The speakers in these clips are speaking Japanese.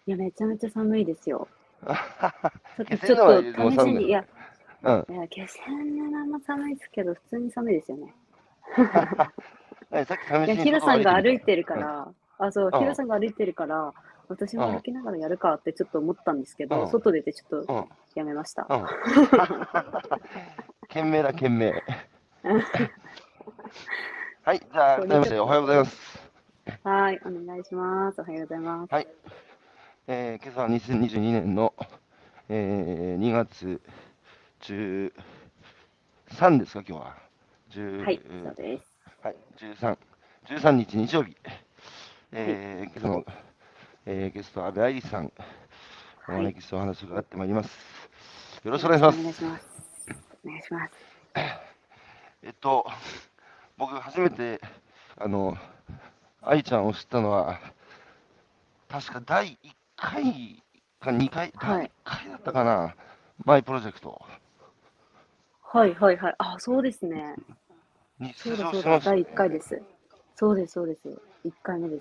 いや、めちゃめちゃ寒いですよ。さっ気きちょっと仙沼よりも試しに、 寒いの？うん。 気仙沼も寒いですけど、普通に寒いですよね。 さっきいや、 試しに外ヒロさんが歩いてみた。 歩いてるかうん。 ら、あ、そう、 うん。 ヒロさんが歩いてるから、私うん。 も歩きながらやるかってちょっと思ったんですけど、 うん。 外出てちょっとうん。 やめました。 うん。懸命だ、懸命。はい、じゃあ、改めましておはようこれちょっと、 ございます。 はい、お願いします。おはようございます。 はい、今朝は2022年の、2月13ですか、今日は。 はい、そう 10、 です。 はい、13日日曜日。 はい、 今朝の、ゲスト、安部愛理さん、おはい、 招きしてお話を伺ってまいります。よろしくよろしくおお願いします。 願いします。お願いします。 えっと、僕、初めて、あの、愛ちゃんを知ったのは、確か第1回か2回、第1 はい、 回だったかな、マイプロジェクトはい、はい、はい。あ、そうですね。 に出そうだ、 場しそうだ、第1 ましたよね。 回です。そうです、そうです。1回目です。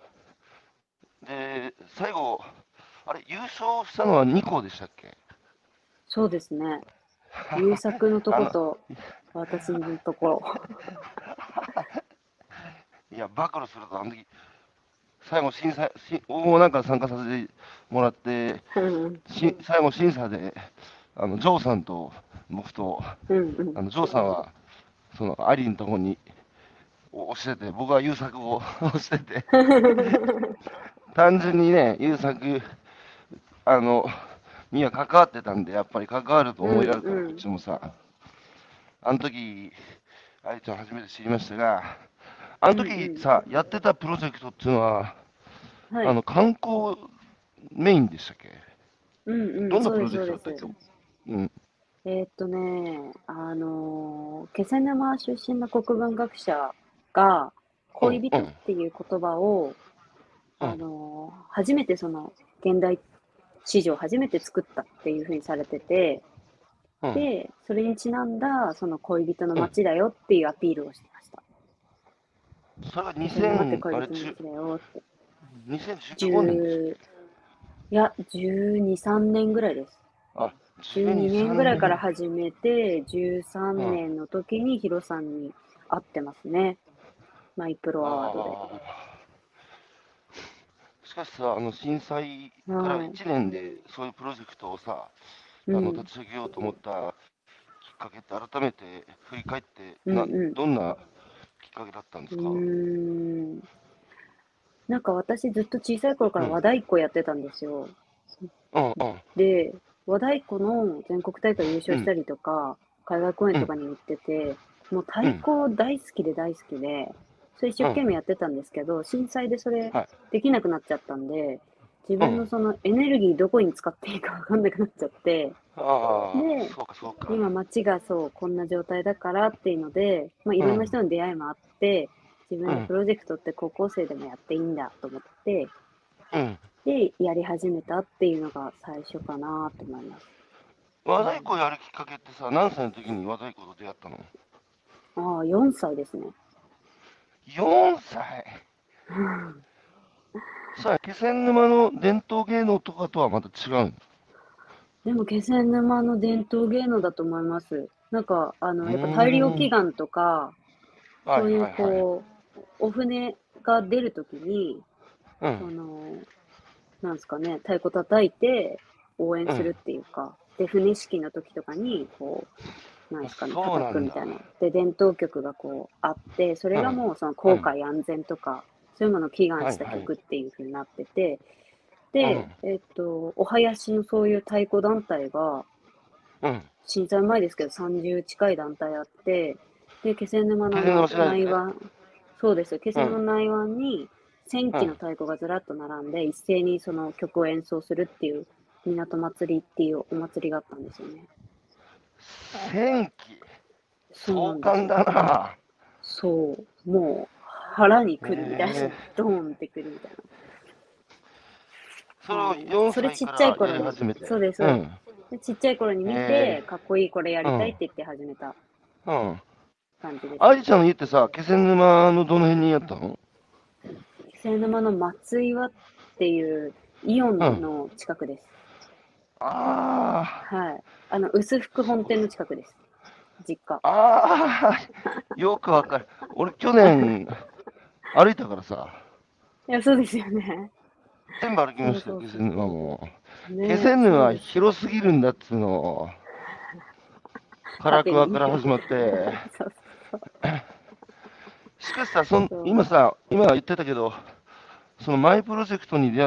で、最後、あれ、優勝したのは2校でしたっけ？ そうですね。優作のとあの、 こと私のところ。 いや、暴露すると、あの時、最後審査、応募なんか参加させてもらって、 うんうん。 最後審査で、ジョーさんと僕と、 うんうん。 ジョーさんは、その、アリのとこに押してて、僕は優作を押してて、単純にね、優作、あの、には関わってたんで、やっぱり関わるとうん思いやるから、こっうん。 ちもさ、あの時、愛ちゃん初めて知りましたが、あのうんうん。 時さ、やってたプロジェクトっていうのは、 はい。 観光メインでしたっけ？ うんうん。そうです、 どんなプロジェそうです。 クトだったっけ？うん。 気仙沼出身の国文学者が、 うん、 恋人っうん、 ていう言葉を、 うん、 初めて現代史上初めて作ったっていうふうにされてて、 うん、 で、それにちなんだ、その恋人のうん。 街だよっていうアピールをしてました。 それは気仙沼って 2000、あれ、 恋人の街だよって。 2015年でしたっ 10、 け？ いや、12、3年ぐらいです。 あ、 12 12、 年ぐらい 3 から年。 始めて、13 うん。あ年の時にヒロさんに会ってますね。マイプロアワードで。 あ。しかしさ、震災からはい。 1年でそういうプロジェクトをさ、 うん。 立ち上げようと思ったきっかけって改めて振り返って、 うんうどんなきっかけだったんでん。 すか？ なんか私ずっと小さい頃かうん。 ら和太鼓やってたんですよ。 うん、うん、 で、和太鼓の全国大会優うん、 勝したりとか、海外公演うん、 とかにも行ってて、もう太うん、 鼓大好きで大好きで、それ一生うん。 懸命やってたんですけど、震災でそれはい。 できなくなっちゃったんで、自うん。 分のそのエネルギーどこに使っていいかわかんなくなっちゃって、 ああ、 で、 そうか、そうか。 今街がそう、こんな状態だからっていうので、まあいうん、 ろんな人の出会いもあって、自分でうん、 プロジェクトって高校生でもやっていいんだと思って、 うん。 で、やり始めたっていうのが最初かなと思います。 和太鼓やるきっかけってさ、何歳の時に和太鼓と出会ったの？ ああ、4歳ですね。 4 歳。さあ、気仙沼の伝統芸能とかとはまた違うの？ でも気仙沼の伝統芸能だと思います。なんか、 うやっぱ大ーん。 漁祈願とか、 はいそういうはいはい。 お船が出るときに、 うん、 その、なんですかね、太鼓叩いて応援うん。 するっていうか、で、船式の時とかに、なんあ、 ですかね、叩そうなんだ。 くみたいな。で、伝統曲があって、それうん、 がもうそのうん。 航海安全とか、そういうものを祈願したはいはい。 曲っていう風になってて、 うん、 で、お囃子のそういう太鼓団体が、 うん。 震災前ですけど30近い団体あって、で、気仙沼の気仙沼市内で？ 内湾、そうですよ、気うん、 仙沼の内湾に1000 うん。 機の太鼓がずらっと並んで、一斉にその曲を演奏するっていう港祭りっていうお祭りがあったんですよね。 戦記。 そうな壮観んですよ。 だな。 そう、もう腹に来るみたいな、 へえ。 ドーンってくるみたいそれをな。はい。 4 それちっちゃい歳からや頃に、 り始めて。 そうです、そうです。 うん。 でちっちゃい頃に見へて、かっこいいこれやえ。うん、 りたいって言って始めたうん。 感じですね。 愛ちゃんの家ってさ、気仙沼のどの辺にあったの？ 気仙沼の松岩っていうイオうん。 ンの近くです。 あはい。薄福本店の近くです。実家。 あ、よくわかる。俺、去年、歩いたからさ、 いや、そうですよね。 全部歩きまそうしたよ、 そうそう気仙沼も。 そう。 気ね、 仙沼そうですよ。 広すぎるんだっつうの。唐縦に。 桑から始まって。 そうそうしかしさ、 そう。 今言ってたけど、そのマイプロジェクトに出会って、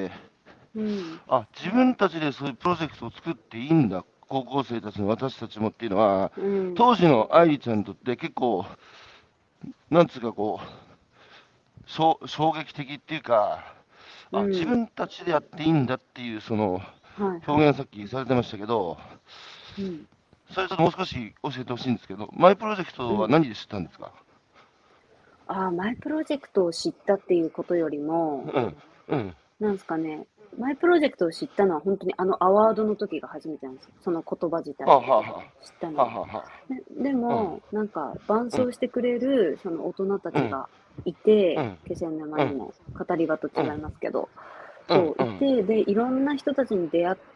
うん。 あ、自分たちでそういうプロジェクトを作っていいんだ、高校生たちの私たちもっていうのは、 うん。 当時の愛梨ちゃんにとって結構、なんつうかこう、衝撃的っていうか、あ、自うん。 分たちでやっていいんだっていう、そのはいはい。 表現さっきされてましたけど、 うん。 それちょっともう少し教えてほしいんですけど、マイプロジェクうん。 トは何で知ったんですか？ マイプロジェクトを知ったっていうことよりも、 うん、うん。 なんですかね、マイプロジェクトを知ったのは本当にアワードの時が初めてなんですよ。その言葉自体をはあ、はあはあ、 知ったのは。 はあはであはも、なんか伴走してくれるその大人たあ、うん、 ちがいて、 うん、 気仙沼うん、 にも語り場と違いうん、 ますけど、 うん、 そう、 うん。 いて、で、いろんな人たちに出会って、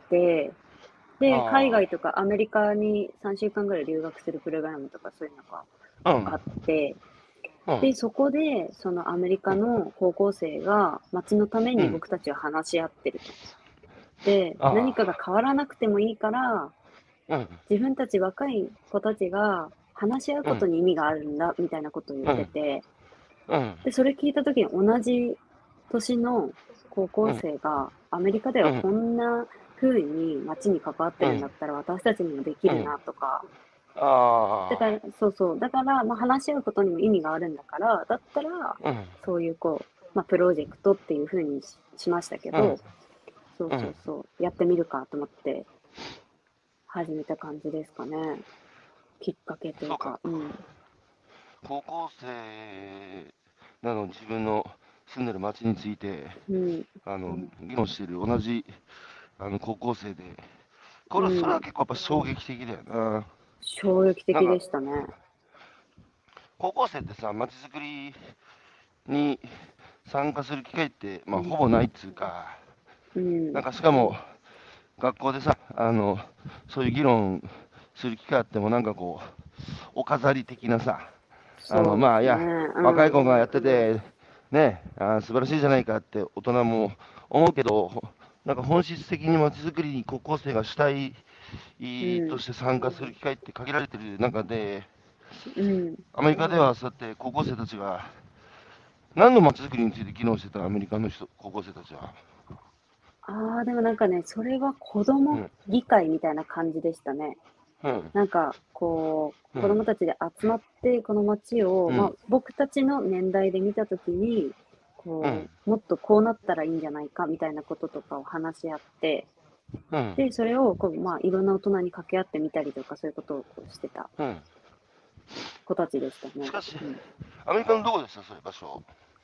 で、海あ外とかアメリカに3週間ぐらい留学するプログラムとかそういうのがあ、うん、 あって、 うん、 で、そこで、そのアメリカの高校生が街のためうん、 に僕たちは話し合ってると。で、何かがあ変わらなくてもいいから、 あ、うん、 自分たち若い子たちが話し合ううん、 ことに意味があるんだ、みたいなことを言っうん、 てて、 うん、 で、それ聞いたときに同じ年の高校うん、 生がアメリカではうん、 こんな風に街に関わってうん、 るんだったら私たちにもできるうん、 なとか、だから、 あそうそう。だから、まあ、話し合うことにも意味があるんだから、だったら、 あ、うん、 そういうまあ、プロジェクトっていう風にしましたけうん、 ど、そううん。 そうそう、やってみるかと思って始めた感じですかね。きっかけというそうか、 か、うん。 高校生なのに自分の住んでる町について、 うん、 議論している同じ、高校生で、 うそれはん。 結構やっぱ衝撃的だよな。 衝撃的なんか、 でしたね。 高校生ってさ、街づくりに参加する機会って、まあ、 うん、 ほぼないっつうか、 うん。 なんかしかも、学校でさ、そういう議論する機会あっても、なんかこう、お飾り的なさ、まあ、 そうですね。 いや、若いうん、 子がやってて、ね、素晴らしいじゃないかって大人も思うけど、なんか本質的に街づくりに高校生が主体うん、 として参加する機会って限られてる中で、 うん。 アメリカではそうやって高校生たちが、何の街づくりについて議論してたアメリカの高校生たちは。 でもなんかね、それは子供うん、 議会みたいな感じでしたね。 うん、 なんか、子うん、 供たちで集まって、この街を、まあ、 うん、 僕たちの年代で見たときに、 うん、 もっとこうなったらいいんじゃないか、みたいなこととかを話し合って、 うん、 で、それを、まあ、いろんな大人に掛け合ってみたりとか、そういうことをしてたうん。 子たちでしたね。 しかし、 うん。 アメリカのどこでした、そういう場所？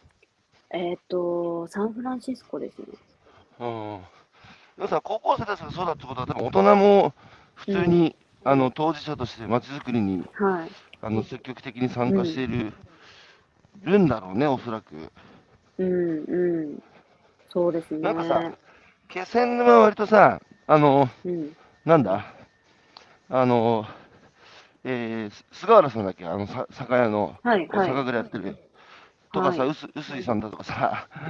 サンフランシスコですね。 うん。でもさ、高校生たちがそうだってことは、多分大人も普うん。 通に当事者として街づくりにはい。 積極的に参加しうん。 てるんだろうね、おそらく。 うん、うん。そうですなんかさ、 ね。 気仙沼は割とさ、 うん。 なんだ、あの、菅原さんだっけ、酒屋の、 はい、 こう、 はい。 酒蔵やってる。とかさ、 はい。 臼井さんだとかさ、 うん。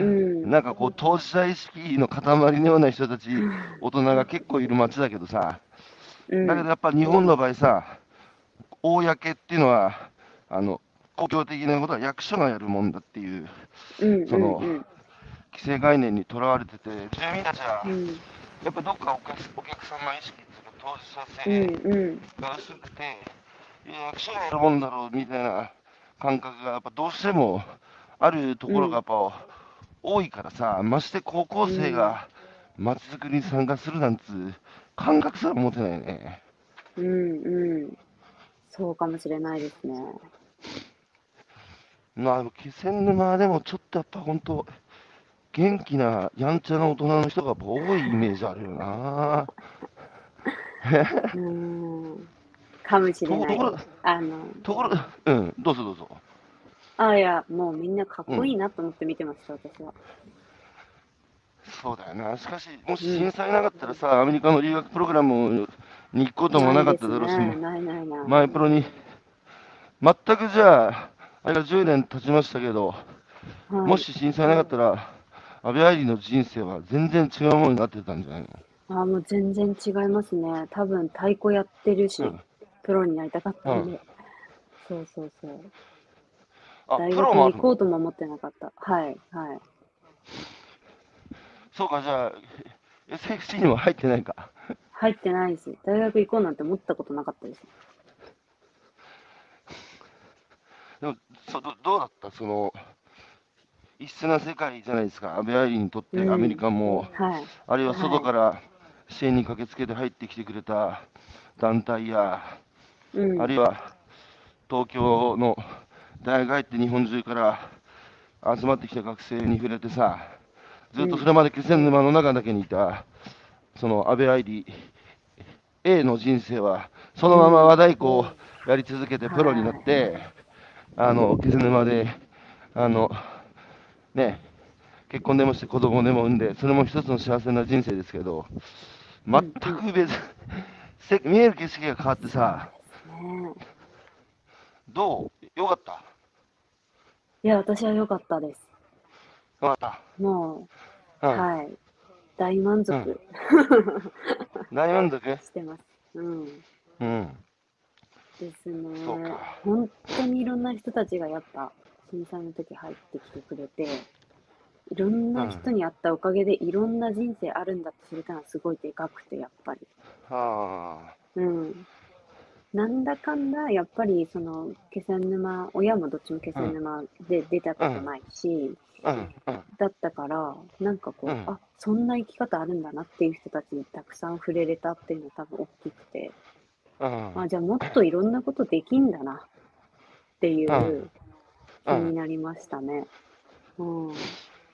なんかこう、当事者意識の塊のような人たち、大人が結構いる街だけどさ、 うん。 だけどやっぱ日本の場合さ、公っていうのは、あの、公共的なことは役所がやるもんだっていう、 うん、 その、 うん、 規制概念にとらわれてて、住民たちは、 うん。 やっぱどっかお客様意識っていうか、当事者うん、 性うん、 が薄くて、いや役所がやるもんだろうみたいな感覚が、やっぱどうしてもあるとうん、 ころがやっぱ多いからさ、まして高校うん、 生が街づくりに参加するなんつう感覚すら持てないね。 うん、うん。そうかもしれないですね。 まあ、でも気仙沼でもちょっとやっぱ本当、元気なやんちゃな大人の人がやっぱ多いイメージあるよな。 うーん。かもしれない。 ところ、 あの、 ところ、うん、どうぞどうぞ。 いや、もうみんなかっうん。 こいいなと思って見てました、私は。 そうだよな。しかし、もしうん。 震災なかったらさ、アメリカの留学プログラムに行くこともなかったないですだろうし、 ね。ないないない。 マイプロに、全くじゃあ、あれが10年経ちましたけど、もはい。 し震災なかったら、安倍愛理の人生は全然違うものになってたんじゃないああ、もう全然違いますね。多分太鼓やってるし、 の？ プロになりたかっうん。うん。 たんで。そうそうそう。 あ、 大プロもあるの？ 学に行こうとも思ってなかった。はい、はい。 そうか、じゃあ、SFC にも入ってないか。 入ってないです。大学行こうなんて思ったことなかったです。 でも、どうだった異質な世界じゃないですか。安倍愛理にとってアメリうん。 カも、 はい。 あるいは外はい。 から支援に駆けつけて入ってきてくれた団体や、 うん。 あるいは東京の大学入って日本中から集まってきた学生に触れてさ、ずっとそうん。 れまで気仙沼の中だけにいた、その安倍愛理 A の人生は、そのまま和うん。 太鼓をやり続けてプロになっはい。 て、気仙沼で、あの、ね、結婚でもして子供でも産んで、それも一つの幸せな人生ですけど、全うん。うん。 く別、見える景色が変わってそうさ、 ですね。 どうよかった？ いや、私は良かったです。 よかっもた。 う、はい。大満うん。うん。 足大満足？ してます。うん。 うん。 ですね。 そうか。 本当にいろんな人たちがやっぱ震災の時入ってきてくれて、いろんうん。 な人に会ったおかげでいろんな人生あるんだって知れたのはすごいでかくて、やっぱり。 はうん。なんだかんだ、やっぱりその気仙沼、親もどっちも気あ。うん。 仙沼で出たうん。 ことないし、 うん。うん。 だったから、なんかこう、 うん。 あ、そんな生き方あるんだなっていう人たちにたくさん触れれたっていうのは多分大きくて、 うん。 あ、じゃあもっといろんなことできんだなっていうん。 う気にうん。 なりましたね。うん。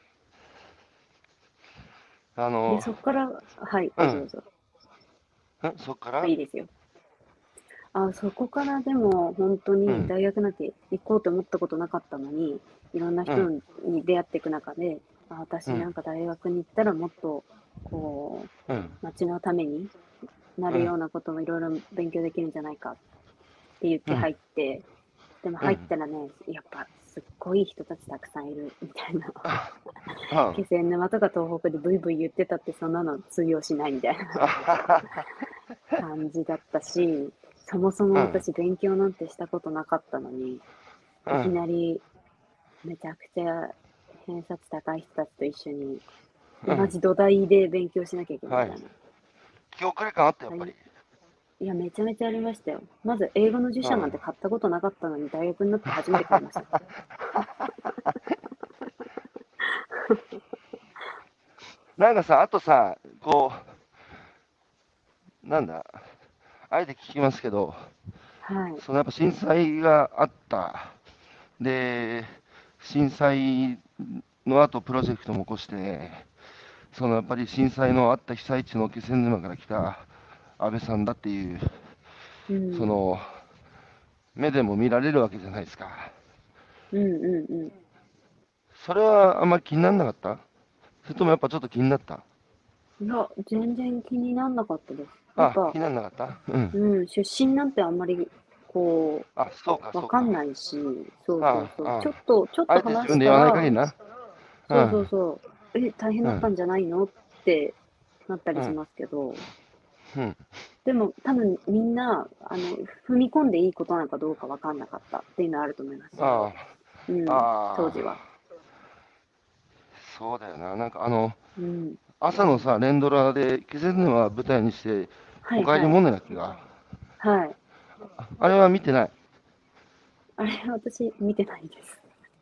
で、 あの、 そっから、はい、 うん。 どうぞどうぞ。 そっから？ いいですよ。あ、そこからでも本当うん。 に大学なんて行こうと思ったことなかったのに、いろんな人うん。 に出会っていく中で、あ、 うん。 私なんか大学に行ったらもっと、こうん。 う、町のためになうん。 るようなこともいろいろ勉強できるんじゃないかって言っうん。 て入って、でもうん。 入ったらね、やっぱすっごい人たちたくさんいるみたいな。 ああ。 気仙沼とか東北でブイブイ言ってたってそんなの通用しないみたいなあはは。 感じだったし、そもそもうん。 私勉強なんてしたことなかったのに、いきうん。 なりめちゃくちゃ偏差値高い人たちと一緒にうん。 同じ土台で勉強しなきゃいけないみはい。 たいな。 記憶力感あった、やっはい、 ぱり。 いや、めちゃめちゃありましたよ。まず英語の辞うん。 書なんて買ったことなかったのに大学になって初めて買いました。 なんかさ、あとさ、なんだ、あえて聞きますけど、 はい。 やっぱ震災があった。で、震災の後プロジェクトも起こして、やっぱり震災のあった被災地の気仙沼から来た安倍さんだっていう、 うん。 その、目でも見られるわけじゃないですか。 うんうんうん。 それはあんまり気にならなかった？それともやっぱちょっと気になった？ いや、全然気になんなかったです。やっあ、 ぱ、 気にならなかった？うん。 うん、出身なんてあんまり、こあ、そうか、 う、わそうか。 かんないし、そうそうそう。 ああ、 ちょっあえて自と話し分で言わないたら、 限りな。うそうそん、 うそう、大変うん、 だったんじゃないのってなったうん、 りしますけど、 うん。 でも多分みんな、踏み込んでいいことなのかどうかわかんなかったっていうのはあると思います。 あうあ、 ん、当ああ、 時は。 そうだよな。 うん。 朝のさ、連ドラで、気仙沼は舞台にして、おかえりはいはい。 モネだっけが、 はい。 あれは見てない？ あれ、私見てないです。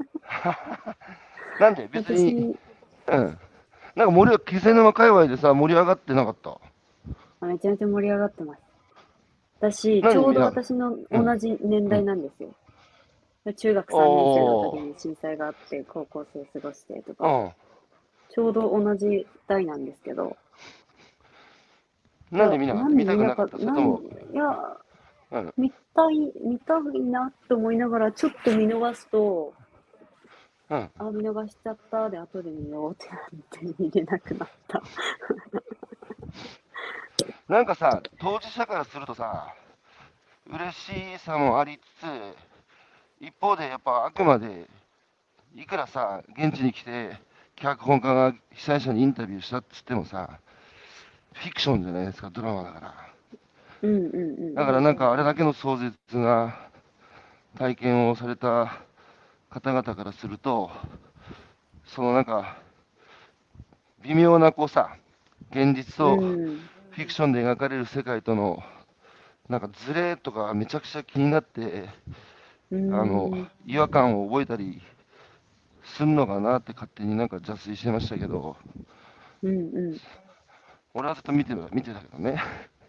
なんで別に、 私、 うん。なんか気仙沼界隈でさ、盛り上がってなかった？ めちゃめちゃ盛り上がってます。私、ちなんでょうど私のうん、 同じ年代うん。 なんですよ。中学3年生の時おー、 に震災があって、高校生過ごしてとか、 うん。 ちょうど同じ代なんですけど、いや、 なんで見なかっなんでた？見たくなかっ見なかった、 た？それとも、 いや、 うん、 見たいなって思いながら、ちょっと見逃すと、 うん。 あ、見逃しちゃったで、後で見ようってなって見れなくなった。 なんかさ、当事者からするとさ、嬉しさもありつつ、一方でやっぱあくまで、いくらさ、現地に来て、脚本家が被災者にインタビューしたっつってもさ、フィクションじゃないですか、ドラマだから。 うんうんうんうん。 だからなんかあれだけの壮絶な体験をされた方々からすると、そのなんか微妙なこうさ、現実うとん。 フィクションで描かれる世界とのなんかズレとかめちゃくちゃ気になって、 うあの、 ん。 違和感を覚えたりすんのかなって勝手になんか邪推してましたけど、 うんうん。 俺はずっと見てたけどね。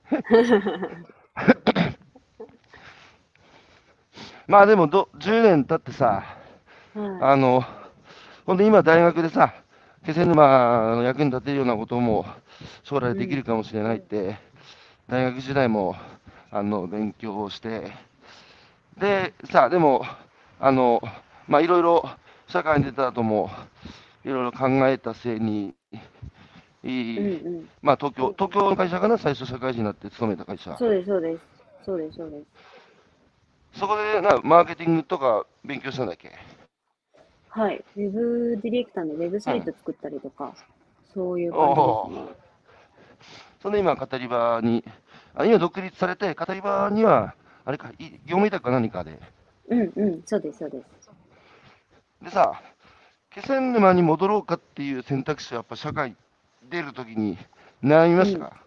まあでも10年経ってさ、 はい。 あの、ほんで今大学でさ、気仙沼の役に立てるようなことも将来できうん。 るかもしれないって、大学時代も勉強をして、で、さ、でも、あの、まあいろいろ社会に出た後も、いろいろ考えた末に、いい、 うんうん。 まあ東京の会社かな、最初社会人になって勤めた会社。 そうです、そうです。そうです、そうです。 そこでマーケティングとか勉強したんだっけ？ はい。ウェブディレクターのウェブうん。 サイト作ったりとか、そういうお感じですお。 ね。 そんで今、語り場に、今独立されて、語り場には、あれか、業務委託か何かで。 うんうん。そうです、そうです。 でさ、気仙沼に戻ろうかっていう選択肢はやっぱ社会出るときに悩みうん。 ましたか？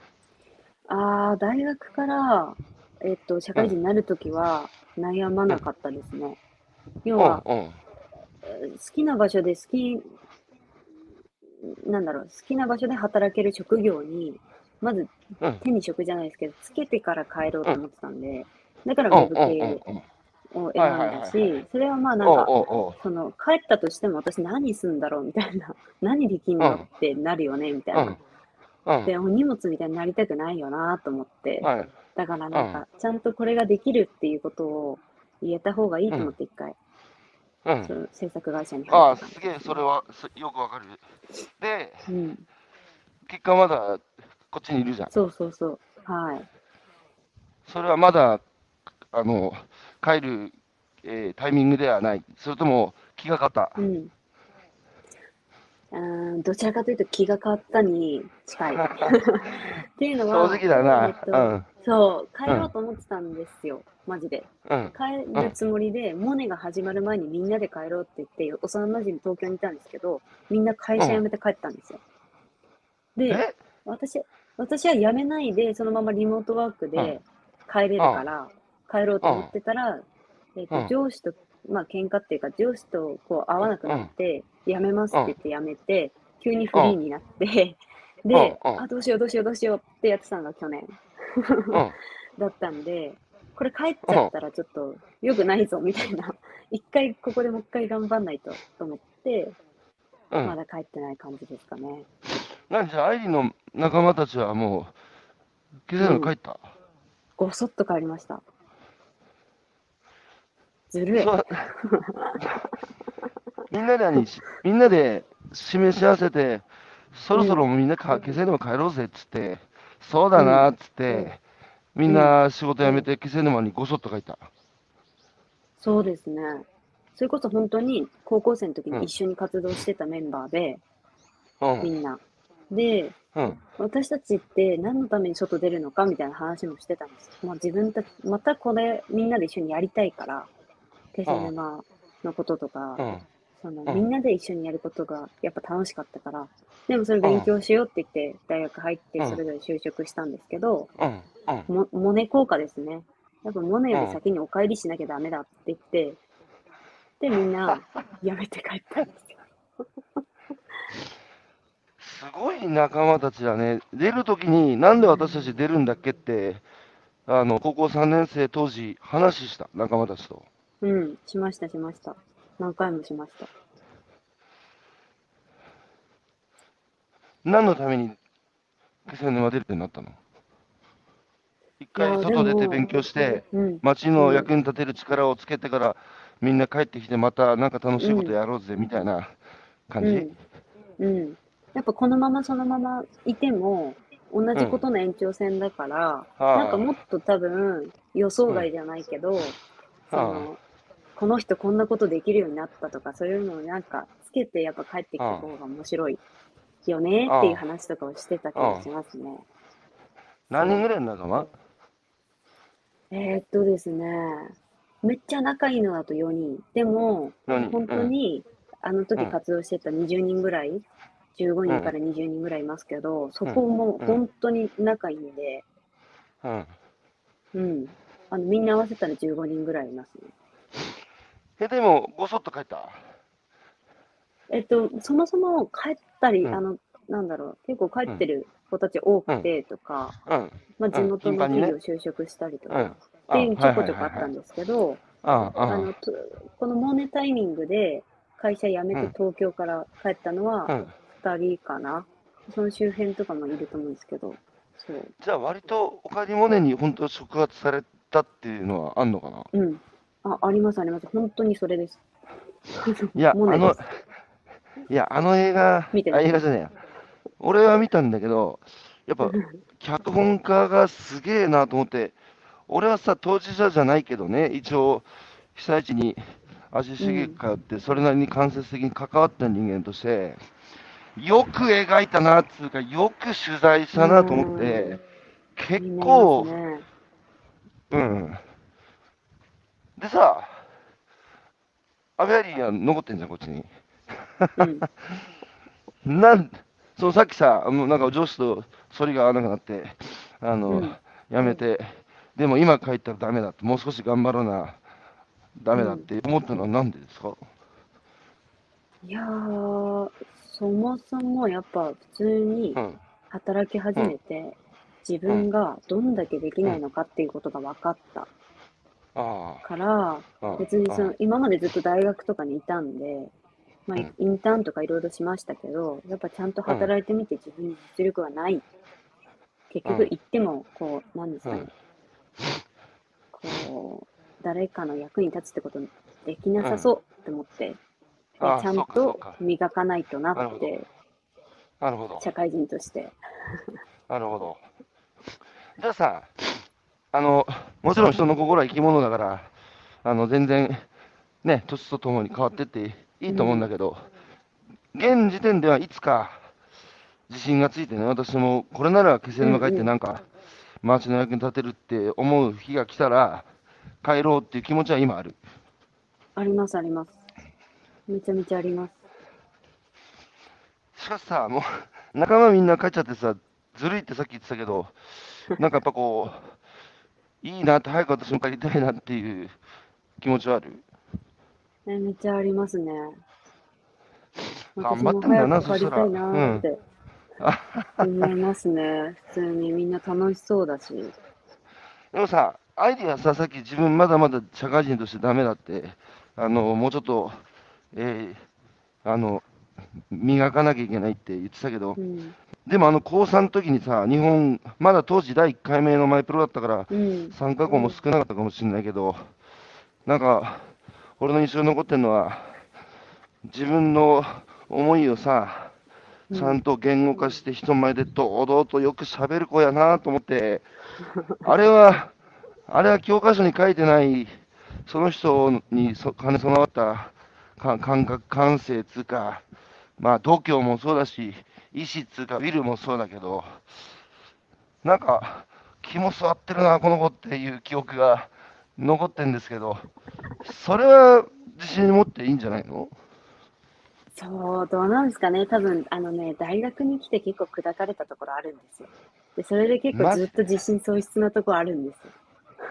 大学から、社うん。 会人になるときは悩まうん。 なかったですね。要うん。 は、 うん。 好きな場所で好きな場所で働ける職業に、まずうん。 手に職じゃないですけど、つけてから帰ろううん。 と思ってたんで、だからウうん。 ェブうん。うん。 系を選はいはいんはいはい。 だし、それはまあなんか、 おうおうおう。 帰ったとしても私何すんだろうみたいな、何できんのっうん。 てなるよねみたいな。 うん。うん。 で、お荷物みたいになりたくないよなと思って。 はい。 だからうん。 なんか、ちゃんとこれができるっていうことを言えた方がいいうん。 と思って一回、 うん。 その制作会社に入っああ、 た感じすげえ、 ですね。 それはよくわかる。で、 うん。 結果まだこっちにいるじゃん。 そうそうそう。はい。 それはまだあの、帰る、タイミングではない。それとも気がかった。 うん。どちらかというと気が変わったに近い。っていうの正は、 直だな。うん。 そう、帰ろううん。 と思ってたんですよ。マジで。 うん。 帰うん。 るつもりで、モネが始まる前にみんなで帰ろうって言って、幼馴染東京にいたんですけど、みんな会うん。 社辞めて帰ったんですよ。で、 え私、私は辞めないで、そのままリモートワークうん。うん。 で帰れるから、帰ろうと思っうん。 てたら、 うん。 上司と、まあ喧嘩っていうか、上司とこう会わなくうん。 なって、辞めますうん。 って言って辞めて、急にフうん。 リーになって、 うん。 で、あ、どうしようどうしようどうしようってやってたのが去年うん。 だったんで、これ帰っちゃったらちょっと良くないぞみたいな、一回ここでもう一回頑張んないと思って、 うん。 まだ帰ってない感じですかね。 じゃあ、アイリの仲間たちはもう、気づいうん。 の帰った？ ごそっと帰りました。ずるい。 そう、みんなで示し合わせて、そろそうん、 ろみんな気仙沼帰ろうぜっつって、そううん、 だなっつって、みんうん。 な仕事辞めて気仙沼にごそっと帰った。 そうですね。それこそ本当に高校生の時にうん。 一緒に活動してたメンバーで、 うん。 みんな。で、 うん。 私たちって何のために外出るのかみたいな話もしてたんです。まあ自分たち、またこれみんなで一緒にやりたいから、気うん。 仙沼のこととか、 うん。うん。 みんなで一緒にやることがやっぱ楽しかったから、でもそれうん。 勉強しようって言って大学入ってうん。 それぞれ就職したんですけど、 うん。うん。 モネ効果ですね。やっぱモネよりうん。 先にお帰りしなきゃダメだって言って、で、みんな辞めて帰ったんですよ。 すごい仲間たちだね。出るときに、なんうで私たちん。 出るんだっけって、高校3年生当時、話した、仲間たちと。 うん、しました、しました。何回もしました。 何のために気仙沼出るってなったの？一回いやー、で外出て勉も、 強して、 うん、 町うん、 の役に立てる力をつけてからみんな帰ってきてまたなんか楽しいことうん、 やろうぜみたいな感じ。 うん、うん。やっぱこのままそのままいても、同うん。 じことの延長線だから、なんかあもっと多分予想あ、うん。 外じゃないけど、そあの、この人こんなことできるようになったとか、そういうのをなんかつけてやっぱ帰ってきたあ、 方が面白いよねっていうあ話とかをしてたあ、ああ。 気がしますね。そ何人ぐらいの仲間？ う。ですね、めっちゃ仲いいのだと4人。でも、 何人？ 本うん、 当に、あの時うん、 活動してた20人ぐらい、15 うん、 人から20人ぐらいいますけど、そうん、 こもうん、 本当に仲いいんで、 うん。 うん。みんな合わせたら15人ぐらいいますね。 でも、ごそっと帰った？ そもそも帰ったり、 うん、 なんだろう、結構帰うん、 ってる子たち多うん、 くてとか、 うん、 まあ、 うん、 地元の頻繁にね。 企業就職したりとうん。 か、ってあ、 いうのちょこちょはいはいはいはい。 こあったんですけど、 ああ、ああの、とこの忘年タイミングで会社辞めあ、うん、 て東京から帰ったのはうん。 2人かな。その周辺とかもいると思うんですけど、そじゃあ、割とおかえりモネに本当触発されたっていうのはあんのかな？ う。うん。ありますあります。本当にそれです。 いや、 モネです。 あの映画、映見てない。 画じゃねえや。俺は見たんだけど、やっぱ、脚本家がすげえなと思って、俺はさ、当事者じゃないけどね、一応、被災地に足しげくうん。 通って、それなりに間接的に関わった人間として、よく描いたなっつうか、よく取材しうたなと思って、 ーん。 結みんないます構、 ね。 うん。でさ、アベアリーは残ってんじゃん、こっちに。 うん。 なん、そのさっきさ、なんか上司と反りが合わなくなって、あの、 うん。 やめて、でも今帰ったらダメだって、もう少し頑張らな、ダメだっうん。 て思ったのはなんでですか？ いやー、そもそもやっぱ普通にうん、 働き始うん、 めて、自うん、 分がどんだけできうん。 ないのかっていうことが分かったあから、 あ、ああ、 別にあ今までずっと大学とかにいたんで、まあ、 あ、うん、 インターンとかいろいろしましたけど、やっぱちゃんとうん、 働いてみて自分に実力がない。結うん、 局言っても、なんですうん。 かね、誰かの役に立つってことできなさそうって思って、ちああ、そうか、そうゃんとか。 磨かないとなっなるほど、 て、 なるほど、 社会人として。 なるほど。じゃあさ、あの、もちろん人の心は生き物だから、全然、ね、年とともに変わってっていいと思うんだうん、 けど、現時点ではいつか自信がついてね、私もこれなら気仙沼帰ってうんうん。 なんか、街の役に立てるって思う日が来たら、帰ろうっていう気持ちは今ある。 ありますあります。めちゃめちゃあります。 しかしさ、もう、仲間みんな帰っちゃってさ、ずるいってさっき言ってたけど、なんかやっぱこう、いいなって、早く私も帰りたいなっていう気持ちはある。 めっちゃありますね。 頑私も張ってんだな、 早く帰そしたら。 りたいなうん。 ーってあ、 思いますね。普通にみんな楽しそうだし。 でもさ、アイディアさ、さっき自分まだまだ社会人としてダメだって、もうちょっと、えーあの、磨かなきゃいけないって言ってたけど、 うん、 でも高3の時にさ、日本、まだ当時第1回目のマイプロだったから、 うん、 参加校も少なかったかもしれないけど、なんか、俺の印象に残ってるのは、自分の思いをさ、 うん。 ちゃんと言語化して人前で堂々とよく喋る子やなと思って、あれは、あれは教科書に書いてない、その人に兼ね備わった感覚、感性つうか、まあ度胸もそうだし、意志つうか、ウィルもそうだけど、なんか、肝据わってるな、この子っていう記憶が残ってるんですけど、それは自信持っていいんじゃないの？ そう、どうなんですかね。多分、大学に来て結構砕かれたところあるんですよ。で、それで結構ずっとマジで？ 自信喪失なところあるんですよ。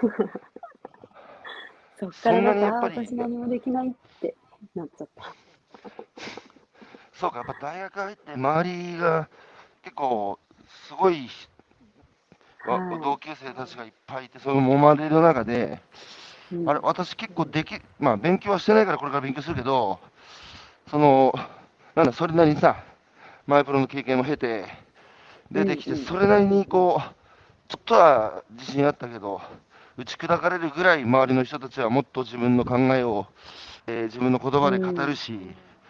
そっかそんならなんか、 にやっぱり、 私何もできないってなっちゃった。 そうか、やっぱ大学入って周りが結構すごいは同級生たちがいっぱいいて、その揉まれる中で、 い。うあれ、 ん。 私結構まあ勉強はしてないからこれから勉強するけど、その、なんだ、それなりにさ、マイプロの経験を経て、 うん出てきて、 うん。 それなりにこう、ちょっとは自信あったけど、 打ち砕かれるぐらい周りの人たちはもっと自分の考えを、自分の言葉で語うん。 るし、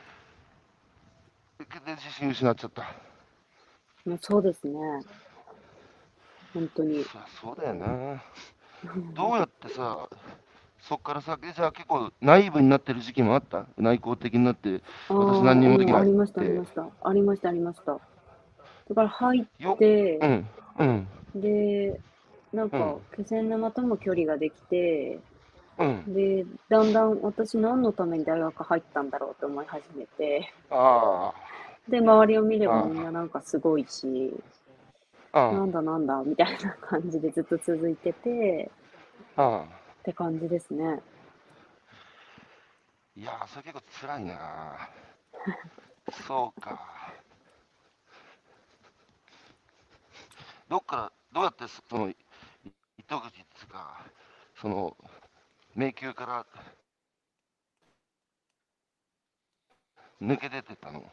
で自信失っちゃった。 まあ、そうですね。本当に。 そうだよな。どうやってさ、そっから先、じゃあ結構ナイーブになってる時期もあった？内向的になって、 ああ、 私何にもできうん、 ないっありました、ありて。 ました。ありました、ありました。だから入っよ、うて、 ん、うん、 で、なんうん、 か、気仙沼とも距離ができて、 うん。 で、だんだん私何のために大学入ったんだろうと思い始めて、 あで、周りを見ればあ、 みんななんかすごいし、 あなんだなんだみたいな感じでずっと続いてて、 あ、ああ。 って感じですね。 いやー、それ結構辛いな。そうか。どっから、どうやってその糸口っつうか、その迷宮から抜け出てったの？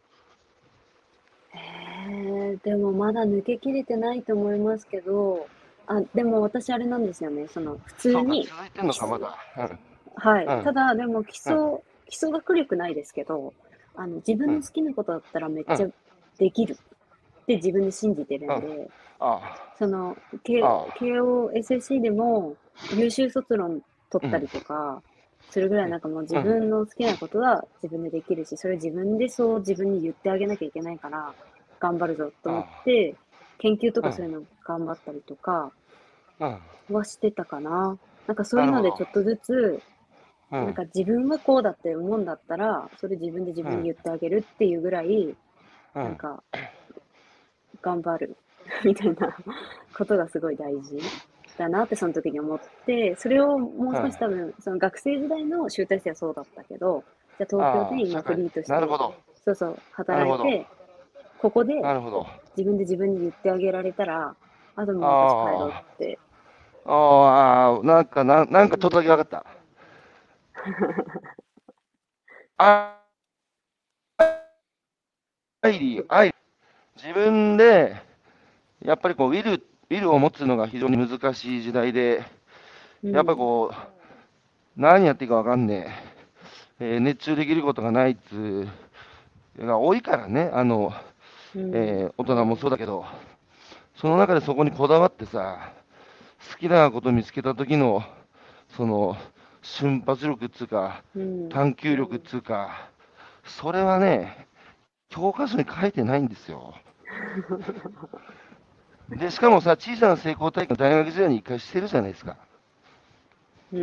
でもまだ抜けきれてないと思いますけど、あ、でも私あれなんですよね。普通そうか、 に、 続いてんの基礎か、まだ。 はい。 うん、うん、 ただ、でもうん、 基礎学力ないですけど、自分うん、 の好きなことだったらめっうん、 ちゃできるって自分で信じてるうん。 んで、 ああ、 KOSSC でも優秀卒論取うん、 ったりとか、するぐらいなんかもう自うん、 分の好きなことは自分でできるし、それ自分でそう自分に言ってあげなきゃいけないから、頑張るぞと思っあて、研究とあ、うん、 かそういうの頑張ったりとかうん。 はしてたかな。なんかそういうなるほど。 のでちょっとずつ、 うん、 なんか自分はこうだって思うんだったら、それ自分で自うん、 分に言ってあげるっていうぐらい、 うん。 なんか頑張るみたいなことがすごい大事だなってその時に思って、それをもううん。 少し多分、その学生時代の集大成はそうだったけど、じゃあ東京でああ、 今フリーとして、 なるほど。 そうそうなるほど。 働いて、ここでなるほど。 自分で自分に言ってあげられたら、あともう私帰ろうあって。 あ、ああ、なんかちょっとだうん。 け分かった。あアイリー、自分で、やっぱりこう、ウィルを持つのが非常に難しい時代で、やっぱりうん。 こう、何やっていいか分かんね熱中できることがないっつうが多いからね、 うん。 大人もそうだけど、その中でそこにこだわってさ、好きなこと見つけた時の、その、瞬発力っつうか、 うん。 探求力っつうか、それはね、教科書に書いてないんですよ。で、しかもさ、小さな成功体験を大学時代に一回してるじゃないですか。 うん。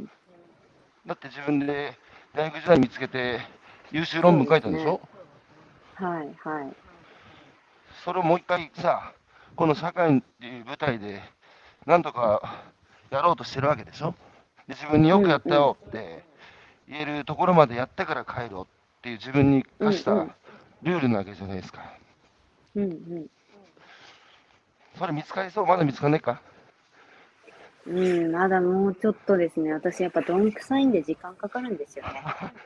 だって自分で大学時代に見つけて優秀論そう文ですね。 書いたんでしょ？ はい、はい。 それをもう一回さ、この社会っていう舞台でなんとかやろうとしてるわけでしょ？で、自分によくやうん、うん。 ったよって言えるところまでやってから帰ろうっていう自分にうん、 課したうん。 ルールなわけじゃないですか。 うん、うん。 それ見つかりそう？まだ見つかんないか？ うん、まだもうちょっとですね。私やっぱどんくさいんで時間かかるんですよね。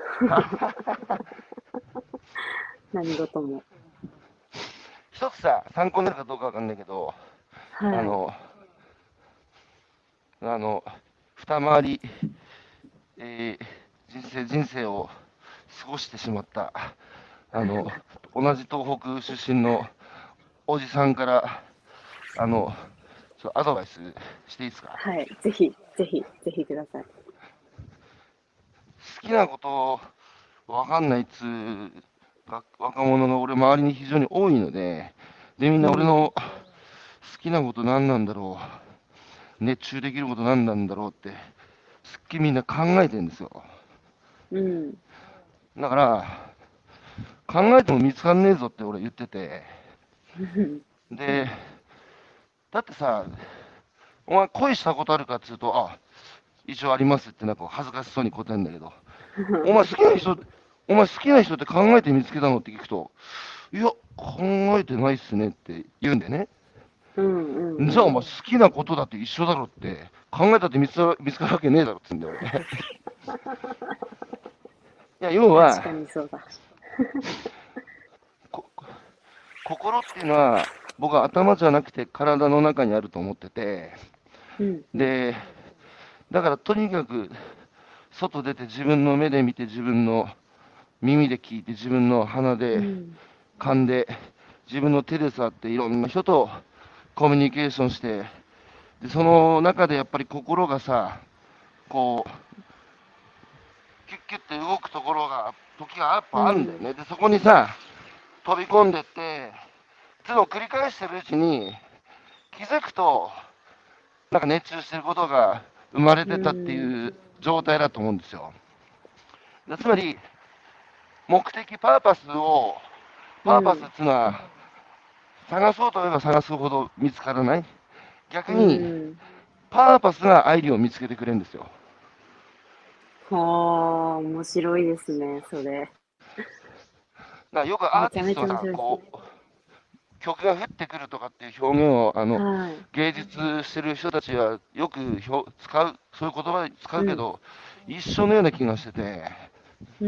何事も。 一つさ、参考になるかどうかわかんないけど、あはい。 の、あの、二回り、人生を過ごしてしまった、あの、同じ東北出身のおじさんから、あの、アドバイスしていいですか？ はい。ぜひ、ぜひ、ぜひください。 好きなことわかんないっつう若者が俺周りに非常に多いので、で、みんうん、 な俺の好きなこと何なんだろう、熱中できること何なんだろうって、すっげえみんな考えてるんですよ。 うん、 だから、考えても見つかんねえぞって俺言ってて、 うん、 で、だってさ、お前恋したことあるかっつうと、あ、一応ありますってなんか恥ずかしそうに答えるんだけど、お前好きな人、お前好きな人って考えて見つけたのって聞くと、いや、考えてないっすねって言うんでね。 うん、うん、 じゃあお前好きなことだって一緒だろって、考えたって見つかるわけねえだろっつうんだよ、俺。いや、要確かは、 にそうだ。 こ心っていうのは、僕は頭じゃなくて体の中にあると思ってて、 うん。 で、だからとにかく外出て自分の目で見て、自分の耳で聞いて、自分の鼻でうん。 噛んで、自分の手で触っていろんな人とコミュニケーションして、で、その中でやっぱり心がさ、こう、キュッキュッて動くところが、時がやっうぱあるんだよん。 ね。で、そこにさ、飛び込んでって、それを繰り返してるうちに、気づくと、なんか熱中してることが生まれうてたってん。 いう状態だと思うんですよ。つまり、目的、パーパスを、パーパスっうん。 ていうのは、探そうと思えば探すほど見つからない。逆うに、 ん。 パーパスがアイリを見つけてくれるんですよ。 はあ、面白いですね、それ。 だからよくアーめちゃめちゃ面ティストがさ、 白いですね。 曲が降ってくるとかっていう表現を、 はい。 芸術してる人たちはよく使う、そういう言葉使うん。 うけど、一緒のような気がしてて、 うん。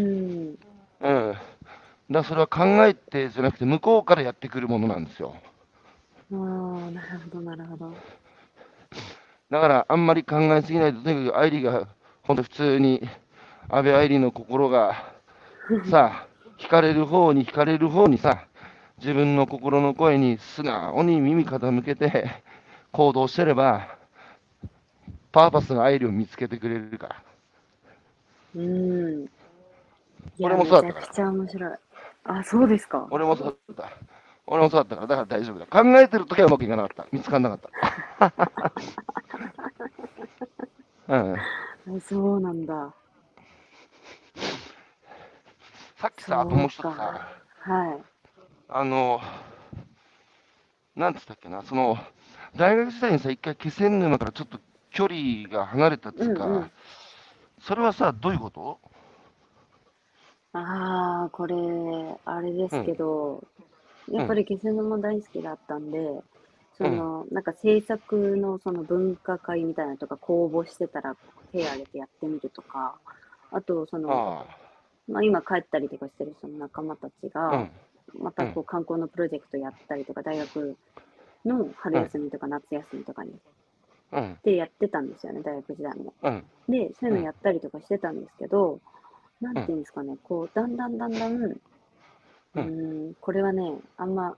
うん。だからそれは考えてじゃなくて、向こうからやってくるものなんですよ。 ああ、なるほど、なるほど。 だからあんまり考えすぎないと、とにかく愛理が、本当普通に、安倍愛理の心が、さ、惹かれる方にさ、自分の心の声に素直に耳傾けて行動してれば、パーパスの愛理を見つけてくれるから。 うん。いや、 俺もめそうだったから。 ちゃくちゃ面白い。あ、そうですか。 俺もそうだった。俺もそうだったから、だから大丈夫だ。考えてるときはうまくいかなかった。見つからなかった。うん。 あ、そうなんだ。 さっきさ、あともう一つそうか。 さ、 はい。 あの、なんつったっけな、大学時代にさ、一回気仙沼からちょっと距離が離れたっつうか、 うんうん。 それはさ、どういうこと？ ああ、これ、あれですけうん、 ど、やうん、 っぱり気仙沼大好きだったんで、 うん。 なんか制作のその文化会みたいなのとか公募してたら手挙げてやってみるとか、あと、 あまあ今帰ったりとかしてるその仲間たちあ、うが、 ん、 まうん、 たこう観光のプロジェクトやったりとか、大学の春うん、 休みとか夏休みとかに。 うん、 でやってたんですよね、大学時代も。 うん、 で、そういううん、 のやったりとかしてたんですけど、なんうん、 ていうんですかね、こう、だんだんだんだん、 うん。 これはね、あんま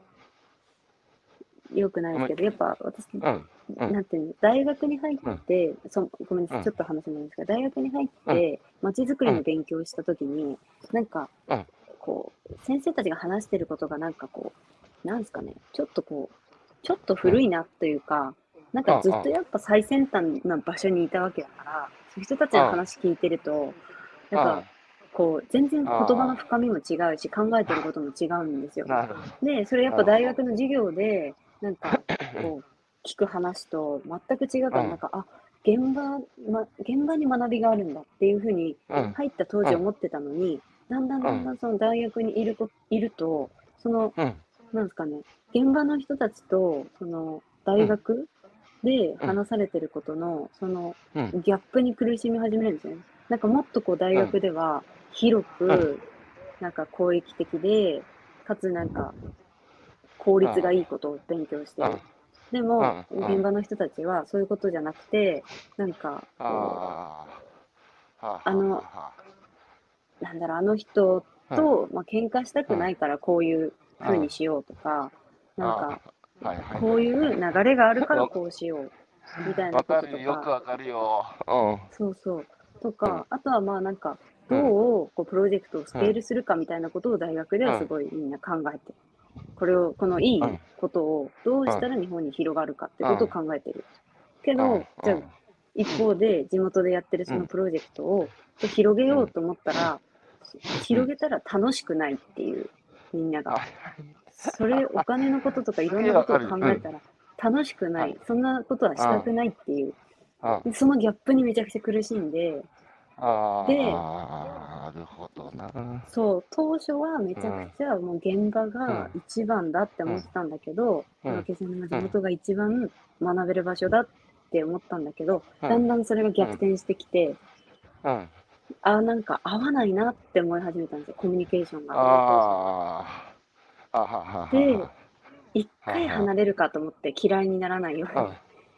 良くないお前、 ですけど、やっぱ私、 うん、うん、 なんていうの、大学に入っうん、 て、ごめんなさい、 うん、 ちょっと話なんですけど、大学に入っうん、 て、街づくりのうん、 勉強をしたときに、なんか、 うん、 こう、先生たちが話してることがなんかこう、なんですかね、ちょっとこう、ちょっとうん、 古いなというか、なんかああ、 ずっとやっぱ最先端な場所にいたわけだから、そういう人たちのあ話聞いてると、なんか、 あ、 こう、全然言葉のああ、 深みも違うし、考えてることも違うんですよ。 なるほで、それやっど、なぱ大るほど。 学の授業で、なんか、こう、聞く話と全く違うから、なんうん、 か、あ、現場に学びがあるんだっていうふうに、 うん、 入った当うん、 時思ってたのに、だんだんうん、 だんだんその大学にいると、その、 うん、 なんですかね、現場の人たちと、大うん、 学でうん、 話されてることの、 うん、 ギャップに苦しみ始めるんですよね。なんかもっとこう大うん、 学では広うん、 く、なんか広域的で、かつなんか効率がいいことを勉強してる。でも、現場の人たちはそういうことじゃなくて、なんかあこう、 あ、はあ、はあの、 あ、はなんだろう、あの人あ、はと、まあ、喧嘩したあ、うん、 くないからこういううん、うん、 風にしようとか、なんあか、 あ、はいはいこういはいう流れがあるからはい。 こうしよう、みたいなこわかるよ、よくととか、 わかるよ。うん、 そうそう。とうん、 か、あとはまあなんか、 うん、 どうこうプロジェクトをスうん、 ケールするかみたいなことを大学でうん、 はすごいみんな考えてる。このいうん、 いことをどううん、 したら日本に広がるかってことをうん、 考えてる。けうん、 ど、じゃあ、一方で地元でやってるうん、 そのプロジェクトを広げうん、 ようと思ったら、 うん。 広げたら楽しくないっていう、みんなが。 はい。 それ、お金のこととかいすろんなことをげえわかる。うん。 考えたら楽しくなはい。 い。そんなことはしたあくないっていう。 あ、 そのギャップにめちゃくちゃ苦しんで、で、 ああ、なるほどな。 そう、当初はめちゃくうん、 ちゃもう現場うん、 が一番だってうん、 思ってたんだけど、 うん、 気仙沼地うん、 元が一番学べる場所だって思ったんだけど、 うん、 だんだんそれがうん、 逆転してきて、 うん。 なんか合わないなって思い始めたんですよ、コミュニケーションがみんなと。 ああ、あはははで、 は。 一回はは。 離れるかと思って嫌いにならないよううん、 に。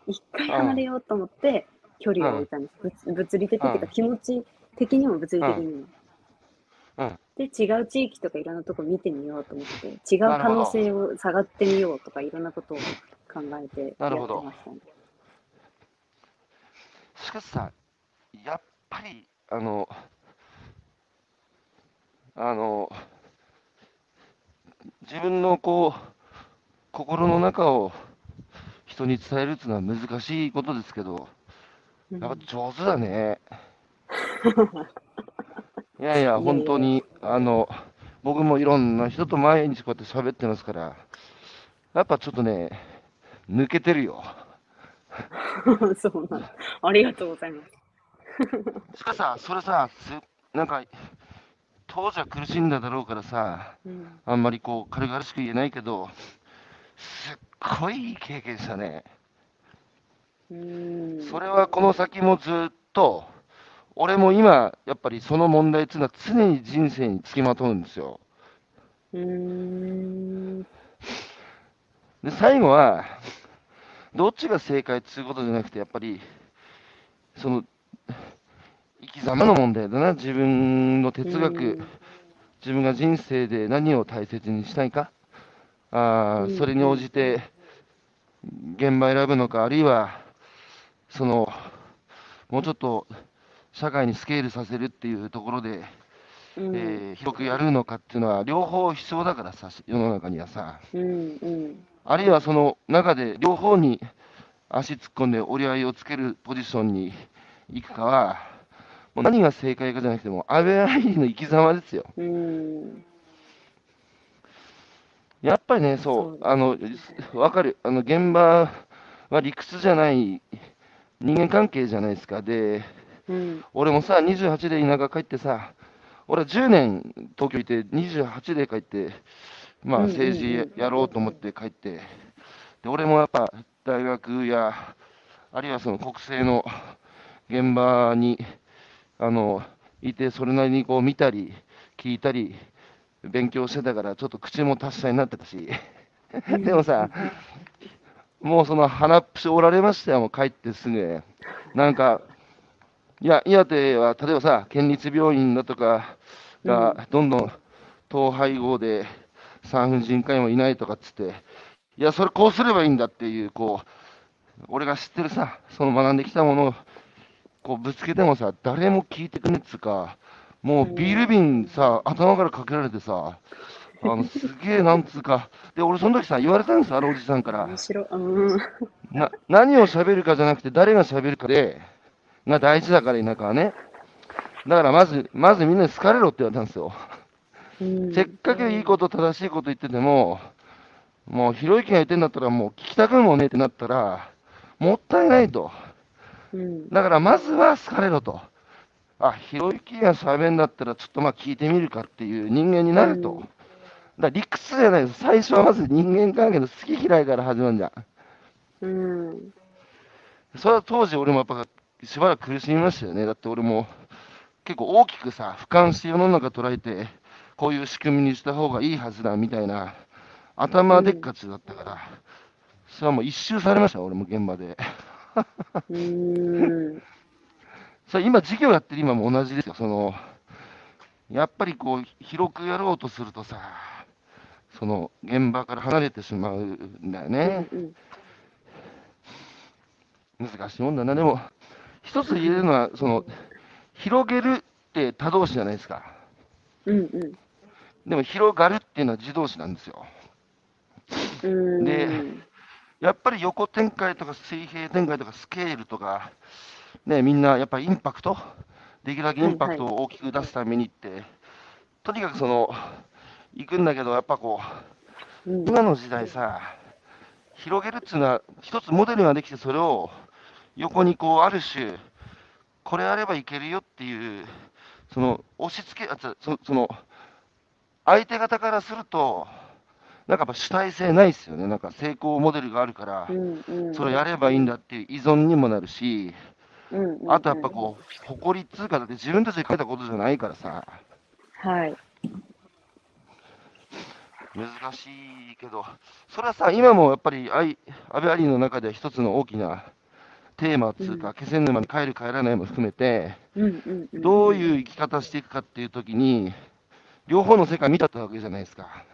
一回うん、 離れようと思って、距離を置いうん、 たんです。物理的っていうかうん、 気持ち的にも物理うん、 的にも。 うん。 で、違う地域とかいろんなとこ見てみようと思って、違う可なるほど。 能性を探ってみようとかいろんなことを考えてやってなるほど。 ましたね。 しかしさ、やっぱり、あの、自分のこう、心の中を人に伝えるっていうのは難しいことですけど、やっぱうん。 上手だね。いやいや、 いやいやいや。 本当に、僕もいろんな人と毎日こうやって喋ってますから、やっぱちょっとね、抜けてるよ。 そうなんだ。ありがとうございます。 しかしさ、それさ、なんか、当時は苦しんだだろうからさ、 うん。 あんまりこう、軽々しく言えないけど、すっごいいい経験したね。 うーん。 それはこの先もずっと、俺も今、やっぱりその問題っていうのは常に人生につきまとうんですよ。 うーん。 で、最後は、どっちが正解っていうことじゃなくて、やっぱり、その、生き様の問題だな。自分のう哲学、 ん。 自分が人生で何を大切にしたいか。そうん。 れに応うん。 じて現場選ぶのか、あるいは、その、もうちょっと社会にスケールさせるっていうところで、 うん。 広くやるのかっていうのは、両方必要だからさ、世の中にはさ。 うん。うん。 あるいはその中で両方に足突っ込んで折り合いをつけるポジションに行くかは、もう何が正解かじゃなくても、安倍愛の生き様ですよ。 うん。 やっぱりね、そう、 そうですね。 わかる。現場は理屈じゃない人間関係じゃないですか。で、 うん。 俺もさ、28で田舎帰ってさ、俺は10年東京いて、28で帰って、まあうん。 政うん。 治やろうと思って帰って、で、俺もやっぱ大学や、あるいはその国政の現場に、あの、いて、それなりにこう見たり、聞いたり、勉強してたから、ちょっと口も達者になってたし、 うん。 でもさ、もうその鼻っぷし折られましたよ、もう帰ってすぐ。なんか、いや、岩手は、例えばさ、県立病院だとかうん。 が、どんどん統廃合で産婦人科医もいないとかっつって、いや、それこうすればいいんだっていう、こう、俺が知ってるさ、その学んできたものをこうぶつけてもさ、誰も聞いてくんねっつうか、もううビールん。 瓶さ、頭からかけられてさ、すげえなんつうか、で、俺その時さ、言われたんですよ、あのおじさんから。 面白い。うん。 何を喋るかじゃなくて、誰が喋るかが大事だから、田舎はね。だからまずみんなに好かれろって言われたんですよ。 うせっん。 かくいいこと、正しいこと言ってても、もうひろゆきが言ってんだったら、もう聞きたくもねえってなったら、もったいないと。 うん。 だからまずは好かれろと。ひろゆきが喋んだったら、ちょっとまあ聞いてみるかっていう人間になると。 うん。 だから理屈じゃないです。最初はまず人間関係の好き嫌いから始まるんじゃん。 うん。 それは当時俺もやっぱしばらく苦しみましたよね。だって俺も結構大きくさ、俯瞰して世の中捉えて、こういう仕組みにした方がいいはずだみたいな頭でっうん。 かちだったから、それはもう一周されましたよ、俺も現場で。 うん。 それ今授業やってる今も同じですよ。やっぱりこう広くやろうとするとさ、その現場から離れてしまうんだよね。 うん。うん。 難しいもんだな。でも、一つ言えるのは、広げるって他動詞じゃないですか。 うん。うん。 でも、広がるっていうのは自動詞なんですよ。 うで、 ん。 やっぱり横展開とか水平展開とかスケールとか、ね、みんなやっぱりインパクト、できるだけインパクはいはい。 トを大きく出すためにって、とにかく行くんだけど、やっぱこう、 うん。 今の時代さ、広げるっていうのは、一つモデルができて、それを横にこう、ある種、これあればいけるよっていう、押し付け、相手方からすると、なんかやっぱ主体性ないですよね。なんか成功モデルがあるから、 うん。うん。 それやればいいんだっていう依存にもなるし、 うん。うん。 あとやっぱうん。 こう、誇りっつうか、だって自分たちで書いたことじゃないからさ、 はい。 難しいけど、それはさ、今もやっぱり安倍アリーの中では一つの大きなテーマつうか、気仙沼に帰る帰らないも含めて、どういう生き方していくかっていうときに、両方の世界見たってわけじゃないですか。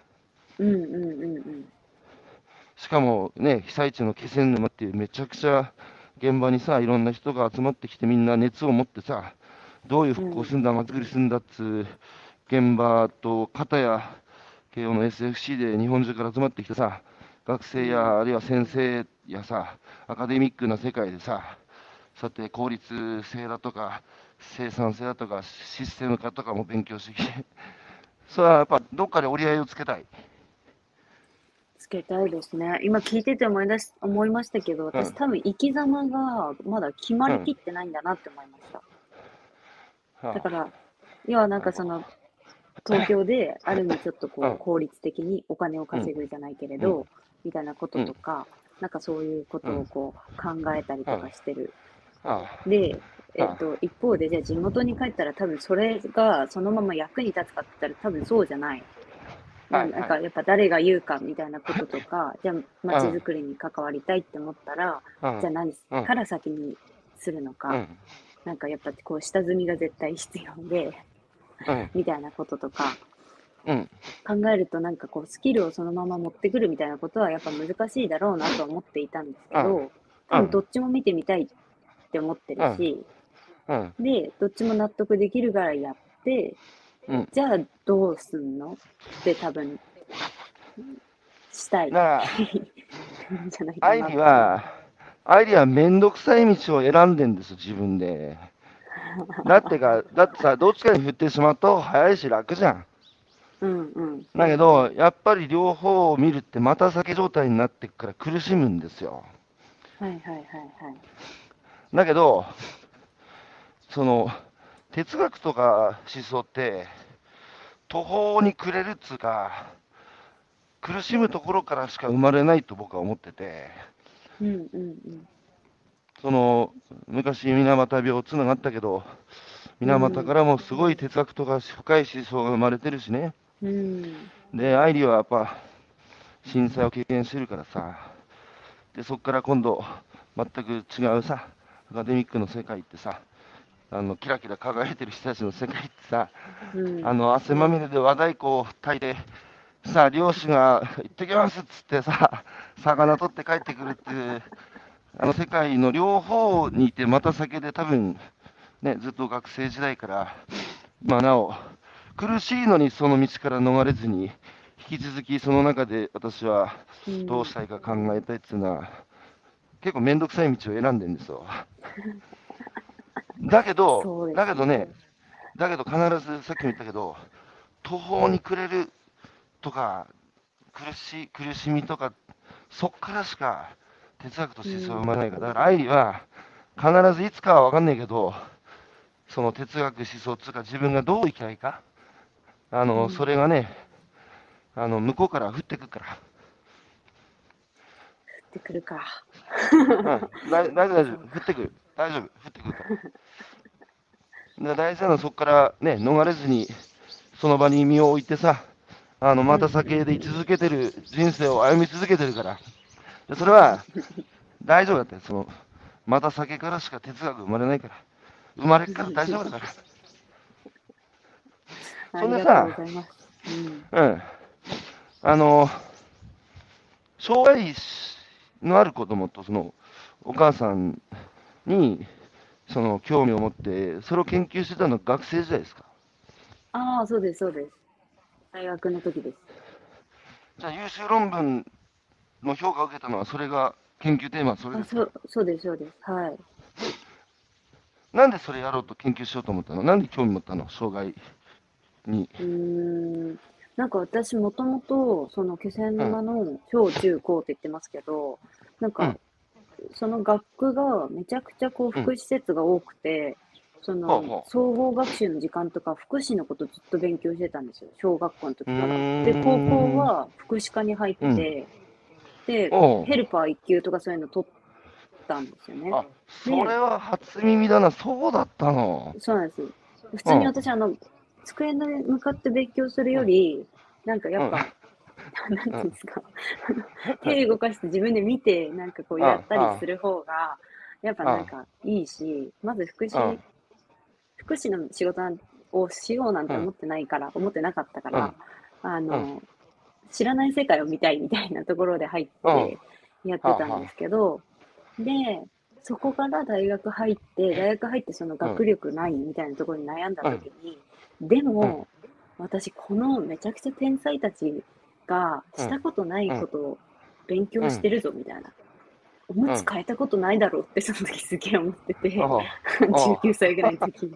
しかもね、被災地の気仙沼っていうめちゃくちゃ現場にさ、いろんな人が集まってきてみんな熱を持ってさ、どういう復興するんだ、祭りするんだっつう現場と、片や慶応の SFC で日本中から集まってきてさ、学生やあるいは先生やさ、アカデミックな世界でさ、さて効率性だとか、生産性だとか、システム化とかも勉強してきて、それはやっぱどっかで折り合いをつけたい。 つけたいですね。今聞いてて思いましたけど、私多分生き様がまだ決まりきってないんだなって思いました。だから、要はなんかその、東京である意味ちょっとこう効率的にお金を稼ぐじゃないけれど、みたいなこととか、なんかそういうことをこう考えたりとかしてる。で、一方でじゃあ地元に帰ったら多分それがそのまま役に立つかって言ったら多分そうじゃない。なんかやっぱ誰が言うかみたいなこととか、じゃあ街づくりに関わりたいって思ったら、じゃあ何から先にするのか、なんかやっぱこう下積みが絶対必要で、みたいなこととか、考えるとなんかこうスキルをそのまま持ってくるみたいなことはやっぱ難しいだろうなと思っていたんですけど、多分どっちも見てみたいって思ってるし、で、どっちも納得できるからやって、じゃあどうすんのって多分したい。 だから、 じゃないかな。 アイリはめんどくさい道を選んでんです、自分で。だってさ、どっちかに振ってしまった方が早いし楽じゃん。だけど、やっぱり両方を見るってまた先状態になってくから苦しむんですよ。だけど、その、哲学とか思想って、途方に暮れるっつうか、苦しむところからしか生まれないと僕は思ってて、その、昔水俣病つながったけど、水俣からもすごい哲学とか深い思想が生まれてるしね。で、愛理はやっぱ震災を経験してるからさ、で、そこから今度、全く違うさ、アカデミックの世界ってさ、キラキラ輝いてる人たちの世界ってさ、汗まみれで和太鼓を炊いて、さあ、漁師が行ってきますっつってさ、魚取って帰ってくるっていう、世界の両方にいて、また先で多分、ね、ずっと学生時代から、今なお、苦しいのにその道から逃れずに、引き続きその中で私はどうしたいか考えたいっていうのは、結構めんどくさい道を選んでるんですよ。だけどね、だけど必ずさっきも言ったけど、途方に暮れるとか、苦しみとか、そっからしか哲学と思想は生まれないから、だから愛理は必ずいつかは分かんないけど、その哲学思想つうか自分がどう生きたいか、それがね、向こうから降ってくるから。降ってくるか。 大丈夫、降ってくる。大丈夫、降ってくるから。大事なのはそこからね、逃れずに、その場に身を置いてさ、また先で居続けてる人生を歩み続けてるから。でそれは、大丈夫だって、また先からしか哲学生まれないから。生まれっから大丈夫だから。そんでさ、障害のある子供と、お母さんに、興味を持って、それを研究してたのは学生時代ですか？ ああ、そうです、そうです。大学の時です。 じゃあ、優秀論文の評価を受けたのは、それが、研究テーマはそれですか？ そうです、そうです。はい。 なんでそれやろうと研究しようと思ったの？なんで興味持ったの？障害に。 なんか私もともと、その気仙沼の小中高って言ってますけど、なんか、その学区がめちゃくちゃこう福祉施設が多くて、その総合学習の時間とか福祉のことずっと勉強してたんですよ。小学校の時から。で、高校は福祉科に入って、で、ヘルパー1級とかそういうの取ったんですよね。 あ、それは初耳だな。そうだったの。 そうなんです。普通に私、机に向かって勉強するより、なんかやっぱ、 なんていうんですか、手動かして自分で見て、なんかこうやったりする方が、やっぱなんかいいし、まず福祉の仕事をしようなんて思ってなかったから、あの、知らない世界を見たいみたいなところで入ってやってたんですけど、で、そこから大学入ってその学力ないみたいなところに悩んだ時に、でも、私このめちゃくちゃ天才たちがしたことないことを勉強してるぞみたいな。おむつ変えたことないだろうってその時すげえ思ってて、19歳ぐらいの時に。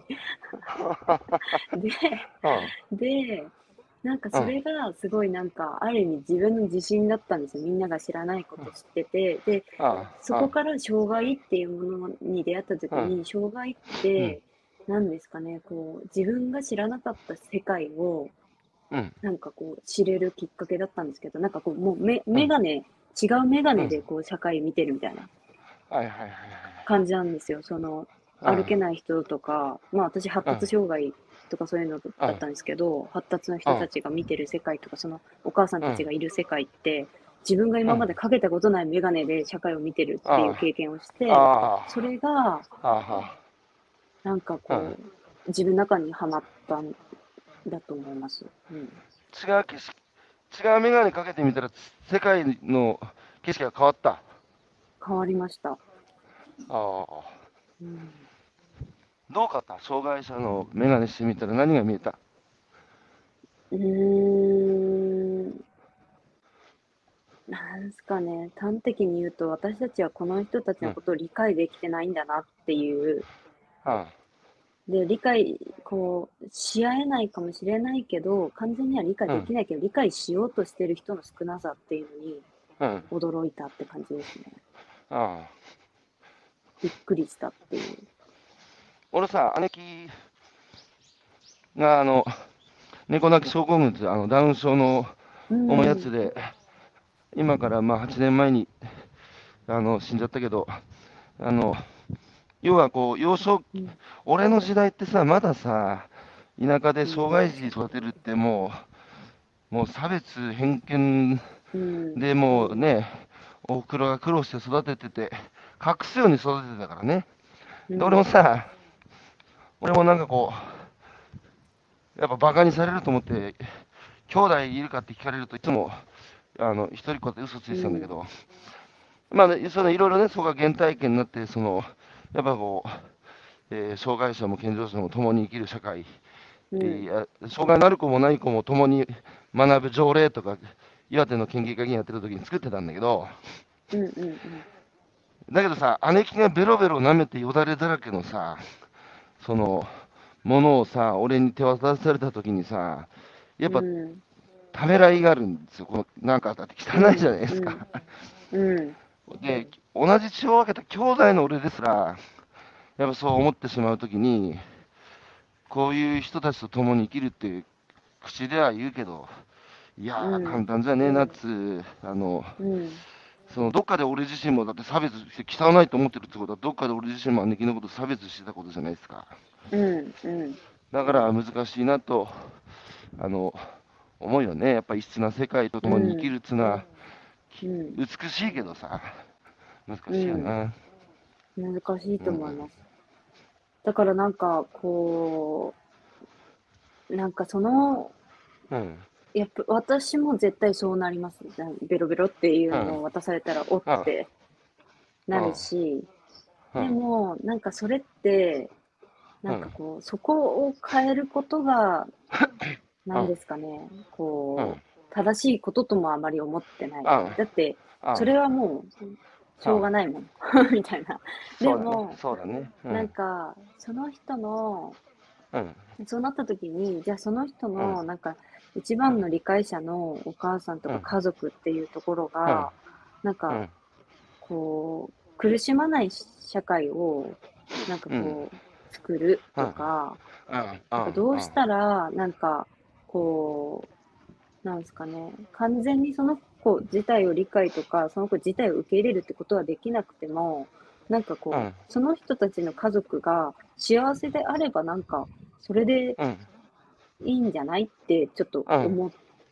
で、なんかそれがすごいなんか、ある意味自分の自信だったんですよ。みんなが知らないこと知ってて。で、そこから障害っていうものに出会った時に、障害って、何ですかね、こう、自分が知らなかった世界を、なんかこう、知れるきっかけだったんですけど、なんかこう、もう違うメガネでこう、社会見てるみたいな感じなんですよ。その、歩けない人とか、まあ私発達障害とかそういうのだったんですけど、発達の人たちが見てる世界とか、そのお母さんたちがいる世界って、自分が今までかけたことないメガネで社会を見てるっていう経験をして、それが、なんかこう、自分の中にはまったんだと思います。うん。 違う景色、違う眼鏡かけてみたら、世界の景色が変わった。 変わりました。 ああ。 うん。 どうかった、障害者の眼鏡してみたら何が見えた？ うーん。なんすかね、端的に言うと、私たちはこの人たちうん。 のことを理解できてないんだなっていう、 あで、し合えないかもしれないけど、完全には理解あ。うん。 できないけど、理解しようとしてる人の少なさっていうのにうん。 驚いたって感じですね。 ああ。 びっくりしたっていう。 俺さ、姉貴が、猫泣き症候群って、ダウン症のう重いやん、 つで、今からまあ8年前に、死んじゃったけど、あの、要はこう、 うん、 俺の時代ってさ、まださ、田舎でうん、 障害児育てるってもう差別、偏見うん、 でもうね、おふくろが苦労して育ててて、隠すように育ててたからね。で、俺もうん、 さ、俺もなんかこう、やっぱバカにされると思って、兄弟いるかって聞かれるといつも、一人っ子って嘘ついてたんだけうん、 ど、まあね、そのいろいろね、そこが原体験になって、やっぱこう、障害者も健常者も共に生きる社会、 うん、 障害のある子もない子も共に学ぶ条例とか、岩手の県議会議員やってる時に作ってたんだけど、 うん、うん、うん、 だけどさ、姉貴がベロベロ舐めてよだれだらけのさ、その、ものをさ、俺に手渡された時にさ、やっぱうん、 ためらいがあるんですよ。なんかだってうん、 汚いじゃないですか。 うん、うん、 で、同じ血を分けた兄弟の俺ですら、やっぱそう思ってしまうときに、こういう人たちと共に生きるって口では言うけど、いやー、簡うん、 単じゃねえなっつうん、 どっかで俺自身もだって差別して汚いと思ってるってことは、どっかで俺自身も姉貴のこと差別してたことじゃないですか。 うん、うん、 だから難しいなと、あの、思うよね。やっぱ異質な世界と共に生きうん、 るっつうのは、 うん、 美しいけどさ、難うん、 しいよな。 難しいうん。 と思います。だからなんか、こう、なんかその、 うん。 やっぱ私も絶対そうなります。ベロベロっていううん。 のを渡されたら、おっうん。 てなるうん。 し、 うん。 でも、なんかそれって、なんかうん。 こう、そこを変えることが、 うん。 なんですかね、 うん。 こう、正しいことともあまり思ってない。 うん。 だって、そうん。 れはもう、しょううん。 がないもん。みたいな。でそうだね。 も、 そうだね。うなんん。 か、その人の、 うん。 そうなった時に、じゃあその人うん。 の、なんか、一番の理解者のお母さんとうん。 か家族っていうところうん。 が、なんか、 うん。 こう、苦しまない社会を、なんかうん。 こう、作るうん。 とか、 うん。 なんかどうしたら、なんか、こう、なんですかね、完全にその子自体を理解とか、その子自体を受け入れるってことはできなくても、なんかこう、 うん。 その人たちの家族が幸せであれば、なんか、それでうん。 いいんじゃないってちょっとうん。 思っ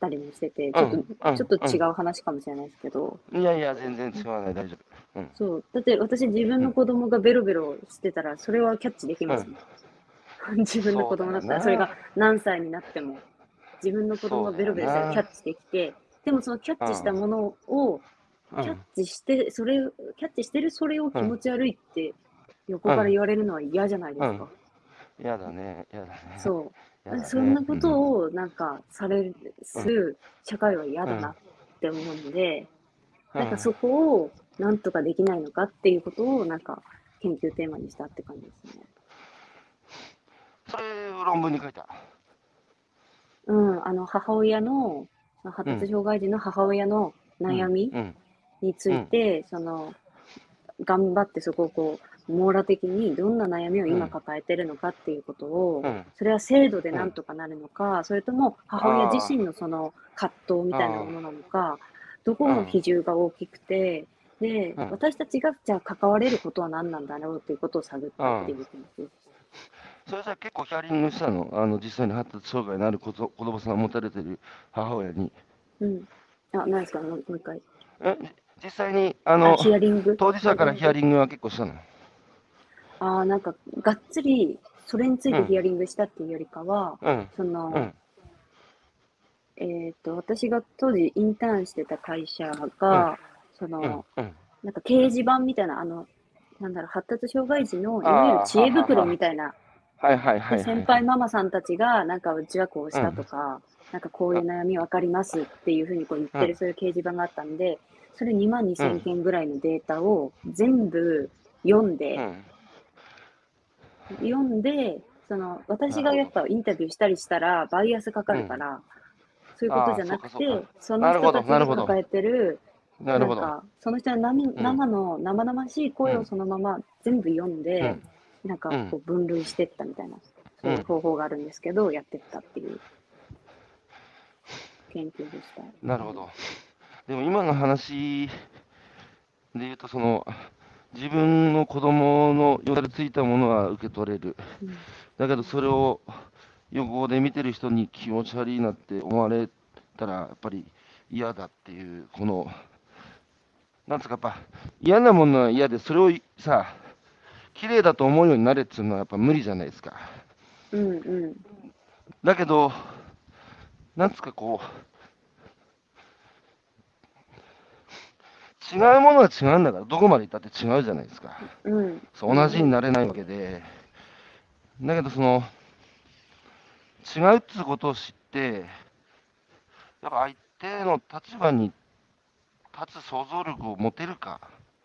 たりもしてて、 うん、うん、 ちょっとうん。 違う話かもしれないですけど、 いやいや、全然違わない、大丈夫。うん、 そう。だって私自分うん、 の子供がベロベロしてたら、それはキャッチできうん。 ますもん。自分の子そうだ供だったら、それよな。 が何歳になっても、自分の子供がそうだよベロベロしたらキャな。 ッチできて、でもそのキャッチしたうん、 ものを、キャッうん、 チして、キャッチしてるそれをうん、 気持ち悪いって横からうん、 言われるのは嫌じゃないでうん。 すか。 やだね、やだね、 そやう。 だね。 そんなこうん、 とをなんかうん、 する社会は嫌うん、 だなって思うので、 うん。 なんかそこをなんとかできないのかっていうことをなんか研究テーマにしたって感じですね。 それを論文に書いた。 うん、母親の、発うん、 達障害児の母親のうん、 悩みうん、 につうん、 いて、頑張ってそこを網羅的にどんな悩みをうん、 今抱えてるのかっていうことを、 うん、 それは制度でうん。 なんとかなるのか、それとも母親自身あのその葛藤みたいなあ、 ものなのか、どこうん、うん、 の比重が大きくて、で、 うん、 私たちがじゃあ関われることは何なんだろうっていうことを探ったってうん。 いう研究でしそれじゃあ結構ヒアリングしたの実際に発達障害のある子供さんを持たれてる母親に。 た。うん。あ、何ですかもう一回。 え、実際に、 あ、ヒアリング当事者からヒアリングは結構したの？ なんか、がっつり、それについうん、 てヒアリングしたっていうよりかは、 うん、 その、 うん、 私が当時インターンしてた会社うん、 が、そうん、 の、 うん。 なんか掲示板みたいな、なんだろう、発達障害児の、いわゆるああ、 知恵袋ははは。 みたいな、 はいはいで、 はいはいはい。 先輩ママさんたちが、なんかうちはこうしうん、うん、 たとか、なんかこういう悩みわかりますっていうふうに言ってる、そういう掲示板があったんで、それ2万うん、 2000件ぐらいのデータを全部読んで、 うん。私がやっ私がやっぱぱインタビューしたりしたら、バイアスかかうん。 るから、そういうことああ、 じゃそうかそうか。 なくて、そのなるほど、 人たちなるほど。 が抱えてる、 なるほど。 なんか、その人のうん、 生々しい声をうん、 そのまま全部読んで、 うん、 なんかうん、 分類してったみたいな、そういううん。 方法があるんですけど、やってったっていう研究でした。 なるほど。でも今の話で言うと、自分の子供のよだれついたものは受け取れる。 うん。 だけど、それを横で見てる人に気持ち悪いなって思われたら、やっぱり嫌だっていう、なんつうか、やっぱ嫌なものは嫌で、それをさ、綺麗だと思うようになれっつうのはやっぱ無理じゃないですか。 うんうん。 だけど、なんつうか違うものは違うんだから、どこまで行ったって違うじゃないですか。 うん。 そう、同うん。 じになれないわけで、だけど違うっつうことを知って、やっぱ相手の立場に立つ想像力を持てるか、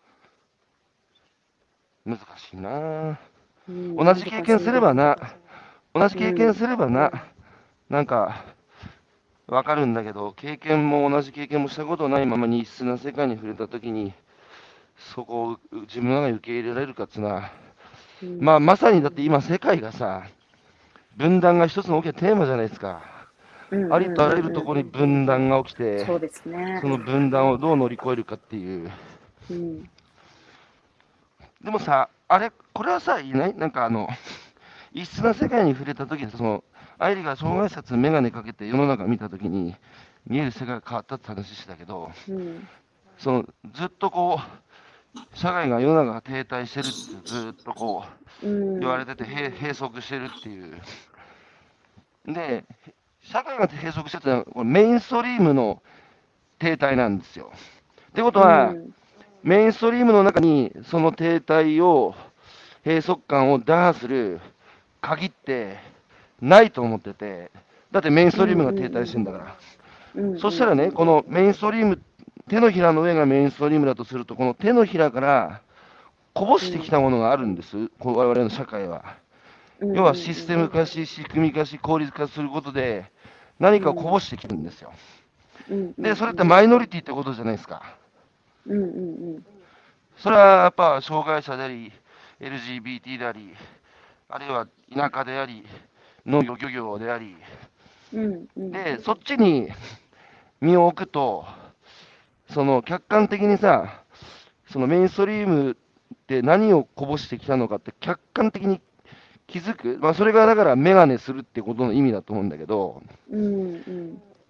難しいな。 うん、 同じ経験難しいです。 同じうん。 経験すればなんか、わかるんだけど、同じ経験もしたことないままに異質な世界に触れたときに、そこを自分が受け入れられるかっつうのは、 うん。 まあ、まさにだって今世界がさ、分断が一つの大きなテーマじゃないですか。 うんうんありとあらゆるうんうん。 ところに分断が起きて、 そうですね。 その分断をどう乗り越えるかっていう。 うん。 でもさ、これはさ、いないなんか異質な世界に触れたときに、愛理が障害者と眼鏡かけて世の中見たときに、見える世界が変わったって話してたけど、 うん。 ずっと社会が世の中が停滞してるってずっとう言わん。 れてて、閉塞してるっていう。で、社会が閉塞してるのは、これメインストリームの停滞なんですよ。ってことうは、 ん。 メインストリームの中にその停滞を、閉塞感を打破する鍵ってないと思ってて、だってメインスうんトリームが停滞してうんんだから。 うん。うんそしたらね、 うんこのメインストリーム、手のひらの上がメインストリームだとすると、この手のひらからこぼしてきうん。 たものがあるんです、我々の社会は。 うん要はシステうんム化し、仕組み化し、効率化することで、何かをこうん。 ぼしてきてるんですよ。 うんうで、それってんうん。 マイノリティってことじゃないですか。 うんうんうん。 それはやっぱ障害者であり、LGBT であり、あるいは田舎であり、農業漁業であり、 うんうん。 で、そっちに身を置くと、客観的にさ、そのメインストリームって何をこぼしてきたのかって客観的に気づく、まあ、それがだからメガネするってことの意味だと思うんだけど、 うんうん。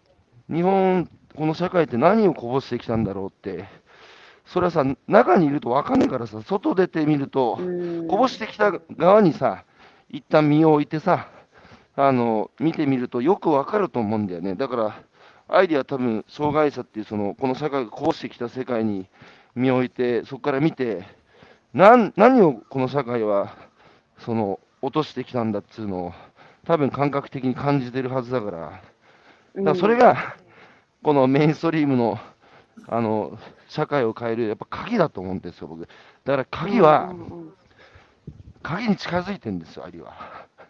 日本、この社会って何をこぼしてきたんだろうって、それはさ、中にいると分かんないからさ、外出てみると、 うこぼん。 してきた側にさ、一旦身を置いてさ、見てみるとよく分かると思うんだよね。だから、アイディアは多分、障害者っていう、この社会がこぼしてきた世界に身を置いて、そこから見て、何をこの社会は、落としてきたんだっていうのを、多分感覚的に感じてるはずだから、それうん。 が、このメインストリームの、社会を変える、やっぱ鍵だと思うんですよ、僕。だからうんうんうん。 鍵に近づいてるんですよ、アリは。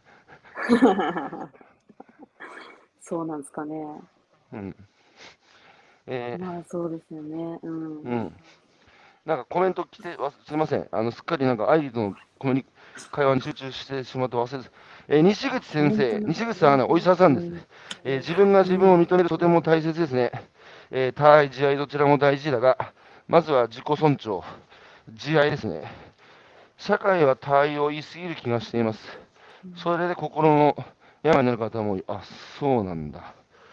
そうなんですかね。 うん。えまあそうですよね。うん。 うん。なんかコメント来て、すいません。すっかりなんかアイリとの会話に集中してしまって忘れて、西口コメント先生、 の。 西口さんはね、お医者さんです。 うん。 自分がうん。 自分を認めるとても大切ですね。対自愛どちらも大事だが、まずは自己尊重、自愛ですね。社会は対を言い過ぎる気がしています。それで心の病になる方も、あ、そうなんだ。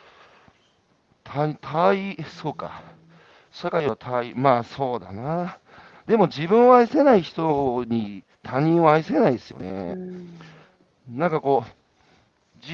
そうか。社会はまあそうだな。でも自分を愛せない人に他人を愛せないですようね。 ん。 なんかこう、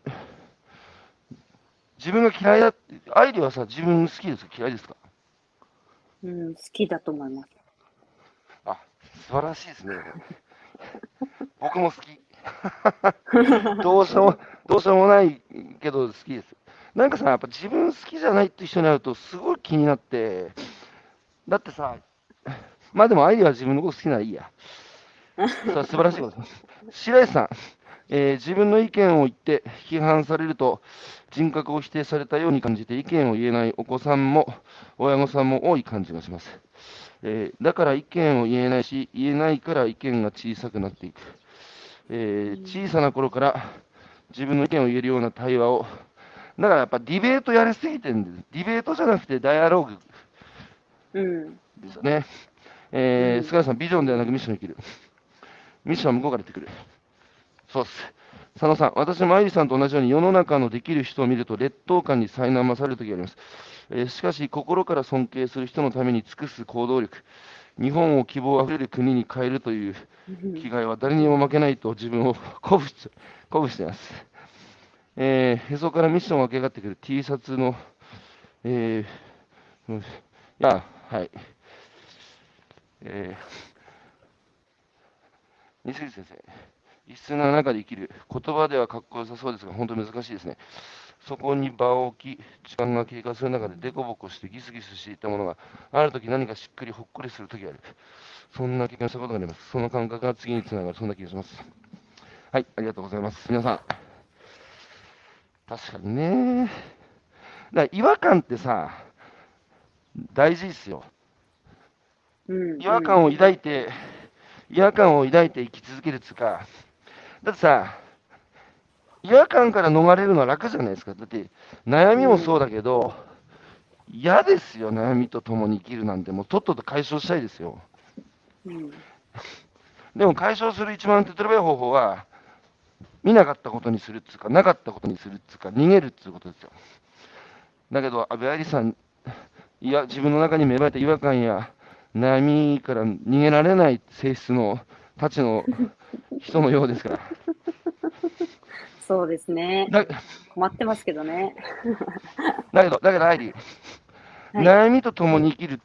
自分が嫌いだって、アイリはさ、自分好きですか嫌いですか？ うん。好きだと思います。 あ、素晴らしいですね。僕も好き。どうしようも、どうしようもないけど好きです。なんかさ、やっぱ自分好きじゃないって人になるとすごい気になって、だってさ、まあでもアイリは自分のこと好きならいいや。さあ、素晴らしいことです。白石さん、自分の意見を言って批判されると人格を否定されたように感じて意見を言えないお子さんも親御さんも多い感じがします。だから意見を言えないし、言えないから意見が小さくなっていく。小さな頃から自分の意見を言えるような対話を、だからやっぱディベートやりすぎてるんです。ディベートじゃなくてダイアローグうん。 ですよね。 うん。 菅谷さん、ビジョンではなくミッションを生きる。ミッションは向こうから言ってくる。そうです。佐野さん、私も愛理さんと同じように世の中のできる人を見ると劣等感に苛まされる時があります。しかし、心から尊敬する人のために尽くす行動力、日本を希望あふれる国に変えるといううん。 気概は誰にも負けないと自分を鼓舞しています。へそからミッションを分け上がってくる T シャツの、うんいや、はい。え西口先生、一斉な中で生きる。言葉ではかっこよさそうですが、本当に難しいですね。そこに場を置き、時間が経過する中でデコボコしてギスギスしていたものが、ある時何かしっくりほっこりする時がある。そんな経験をしたことがあります。その感覚が次につながる、そんな気がします。はい、ありがとうございます。皆さん、確かにね。だから違和感ってさ、大事ですよ。 うん。 違和感をうん。 抱いて、違和感を抱いて生き続けるっていうか、だってさ、違和感から逃れるのは楽じゃないですか。だって、悩みもそうだけど、嫌ですよ、悩みと共に生きるなんて、もうとっとと解消したいですよ。 うん。 でも解消する一番手っ取り早い方法は、見なかったことにするっつうか、なかったことにするっつうか、逃げるっつうことですよ。だけど、安倍愛理さん、いや、自分の中に芽生えた違和感や悩みから逃げられない性質のたちの人のようですから。 そうですね。 だ困ってますけどね。 だけど、愛理、 はい。 悩みと共に生きるって、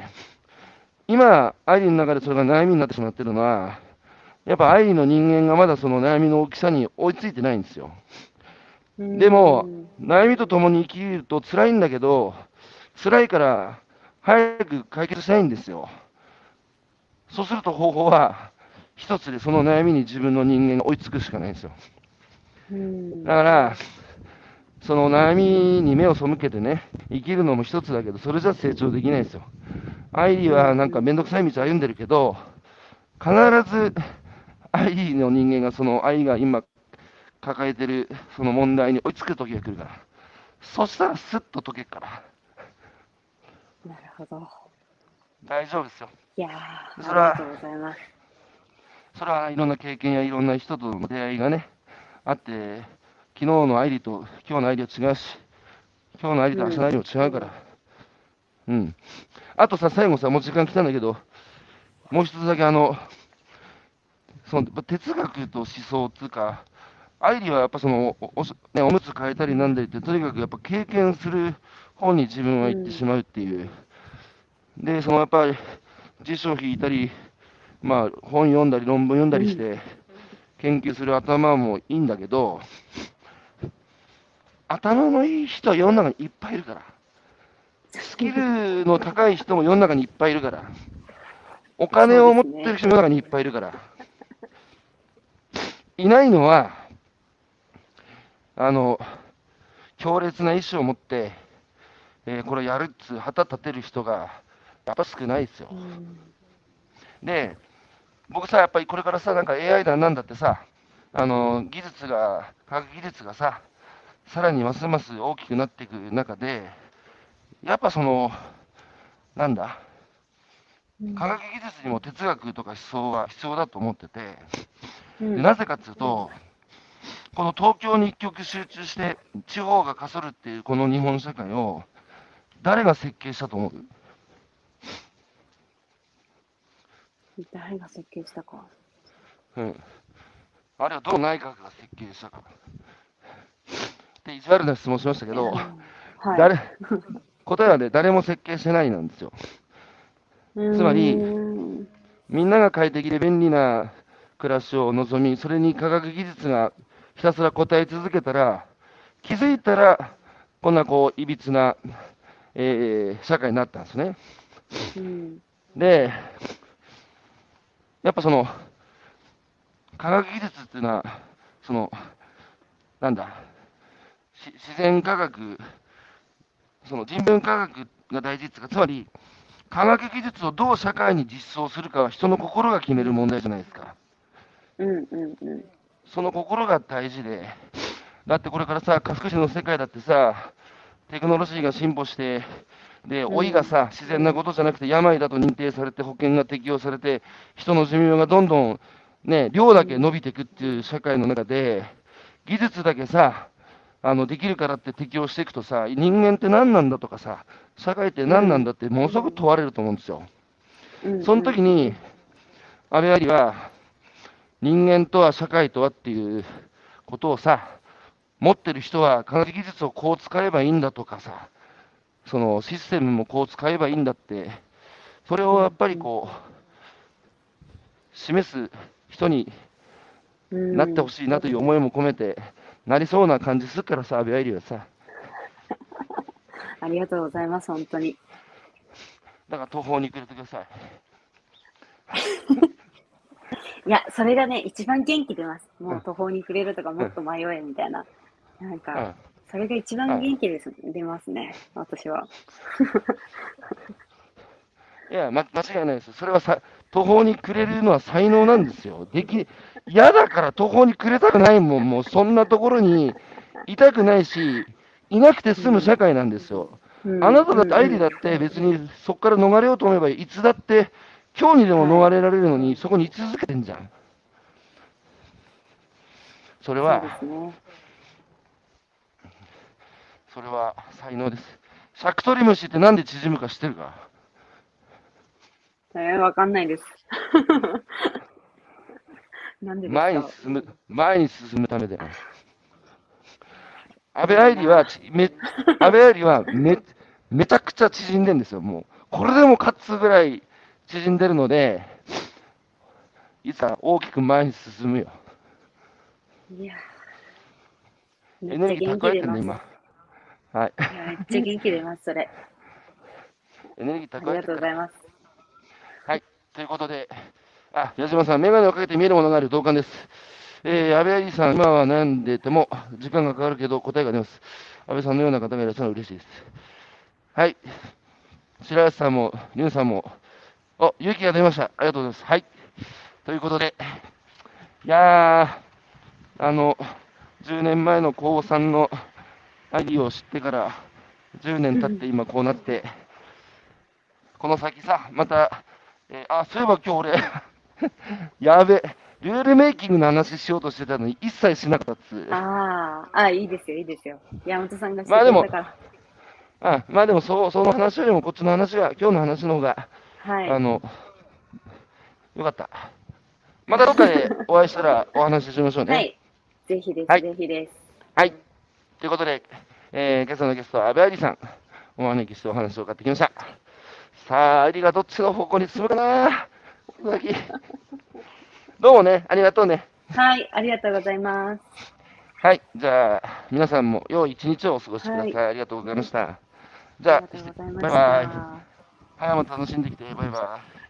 今、愛理の中でそれが悩みになってしまってるのは、やっぱ愛理の人間がまだその悩みの大きさに追いついてないんですよ。 うーでも、 ん。 悩みと共に生きると辛いんだけど、辛いから早く解決したいんですよ。そうすると方法は、一つでその悩みに自分の人間が追いつくしかないんですよ。 うーん。 だから、その悩みに目を背けてね、生きるのも一つだけど、それじゃ成長できないですよ。愛理うん。 はなんうん。 かめんどくさい道歩んでるけど、必ず愛の人間がその愛が今抱えてるその問題に追いつく時が来るから。そしたらスッと解けるから。 なるほど。 大丈夫ですよ。 いやー、 それは、 ありがとうございます。 それはいろんな経験やいろんな人との出会いがね、あって、昨日の愛理と今日の愛理は違うし、 今日のアイリと明日のアイリも違うから。うん。あとさ、最後さ、もう時間来たんだけど、もう一つだけその哲学と思想っていうか、アイリはやっぱね、おむつ替えたりなんだりって、とにかくやっぱ経験する方に自分は行ってしまうっていう。で、やっぱり辞書を引いたり、まあ本読んだり論文読んだりして研究する頭もいいんだけど、頭のいい人は世の中にいっぱいいるから。スキルの高い人も世の中にいっぱいいるから。お金を持ってる人も世の中にいっぱいいるから。いないのは、強烈な意志を持って、これやるっつ旗立てる人がやっぱ少ないですよ。で、僕さ、やっぱりこれからさ、なんか AI だなんだってさ、科学技術がさ、さらにますます大きくなっていく中で、やっぱなんだ、科学技術にも哲学とか思想が必要だと思ってて、でなぜかっていうと、この東京に一極集中して地方がかそるっていうこの日本社会を誰が設計したと思う？ 誰が設計したか。 うん。あるいはどの内閣が設計したか。って意地悪な質問しましたけど、 はい、 答えはね、誰も設計してないなんですよ。つまり、みんなが快適で便利な暮らしを望み、それに科学技術がひたすら答え続けたら、気づいたら、こんないびつな、社会になったんですね。で、やっぱ科学技術っていうのは、なんだ、自然科学、人文科学が大事っていうか、つまり、科学技術をどう社会に実装するかは人の心が決める問題じゃないですか。その心が大事で、だってこれからさ、福祉の世界だってさ、テクノロジーが進歩して、で、老いがさ、自然なことじゃなくて病だと認定されて、保険が適用されて、人の寿命がどんどん、ね、量だけ伸びていくっていう社会の中で、技術だけさ、できるからって適用していくとさ、人間って何なんだとかさ、社会って何なんだってものすごく問われると思うんですよ。その時に、安倍有は、人間とは社会とはっていうことをさ、持ってる人は科学技術をこう使えばいいんだとかさ、そのシステムもこう使えばいいんだって、それをやっぱり示す人になってほしいなという思いも込めて、なりそうな感じするからさ、安倍愛理はさ。 ありがとうございます、本当に。 だから途方に暮れてください。 いや、それがね、一番元気出ます。もう途方に暮れるとか、もっと迷えみたいな。なんか、それが一番元気出ますね、私は。 いや、間違いないです。それは途方に暮れるのは才能なんですよ。嫌だから途方に暮れたくないもん。もうそんなところにいたくないし、いなくて済む社会なんですよ。あなただって、アイリだって別にそこから逃れようと思えば、いつだって今日にでも逃れられるのに、そこに居続けてんじゃん。それは才能です。シャクトリムシってなんで縮むか知ってるか？ わかんないです。なんでですか？ 前に進むためだよ。安倍愛理はめちゃくちゃ縮んでるんですよ。もう、これでも勝つぐらい縮んでるので、いつか大きく前に進むよ。 いやエネルギー蓄えてんね、今。はい。 めっちゃ元気出ます、それ。 エネルギー蓄えてるから。 ありがとうございます。 はい。ということで、矢島さん、メガネをかけて見えるものがある同感です。安倍愛理さん、今は悩んでても、時間がかかるけど答えが出ます。安倍さんのような方がいらっしゃるのは嬉しいです。はい。白石さんも、リュウさんも、勇気が出ました。ありがとうございます。はい。ということで、いやー、10年前の高3の愛理を知ってから、10年経って今こうなって、この先さ、また、そういえば今日俺やべ、ルールメイキングの話しようとしてたのに一切しなかったっつ。 いいですよ、いいですよ。山本さんがしてまあでも、 くれたから。 まあでもその話よりもこっちの話が、今日の話の方が、 はい。 よかった。またどっかでお会いしたらお話ししましょうね。 はい。ぜひです、 はい。 ぜひです。 はい。ということで、今朝のゲストは安倍愛理さん、お招きしてお話を伺ってきました。さあ、愛理がどっちの方向に進むかな。どうもね、ありがとうね。 はい、ありがとうございます。 はい。じゃあ、皆さんも良い一日をお過ごしくだはい、 さい。ありがとうございました。じゃあ、 ありがとうございましバイバイ。 た。 はい、も楽しんできて。バイバイ。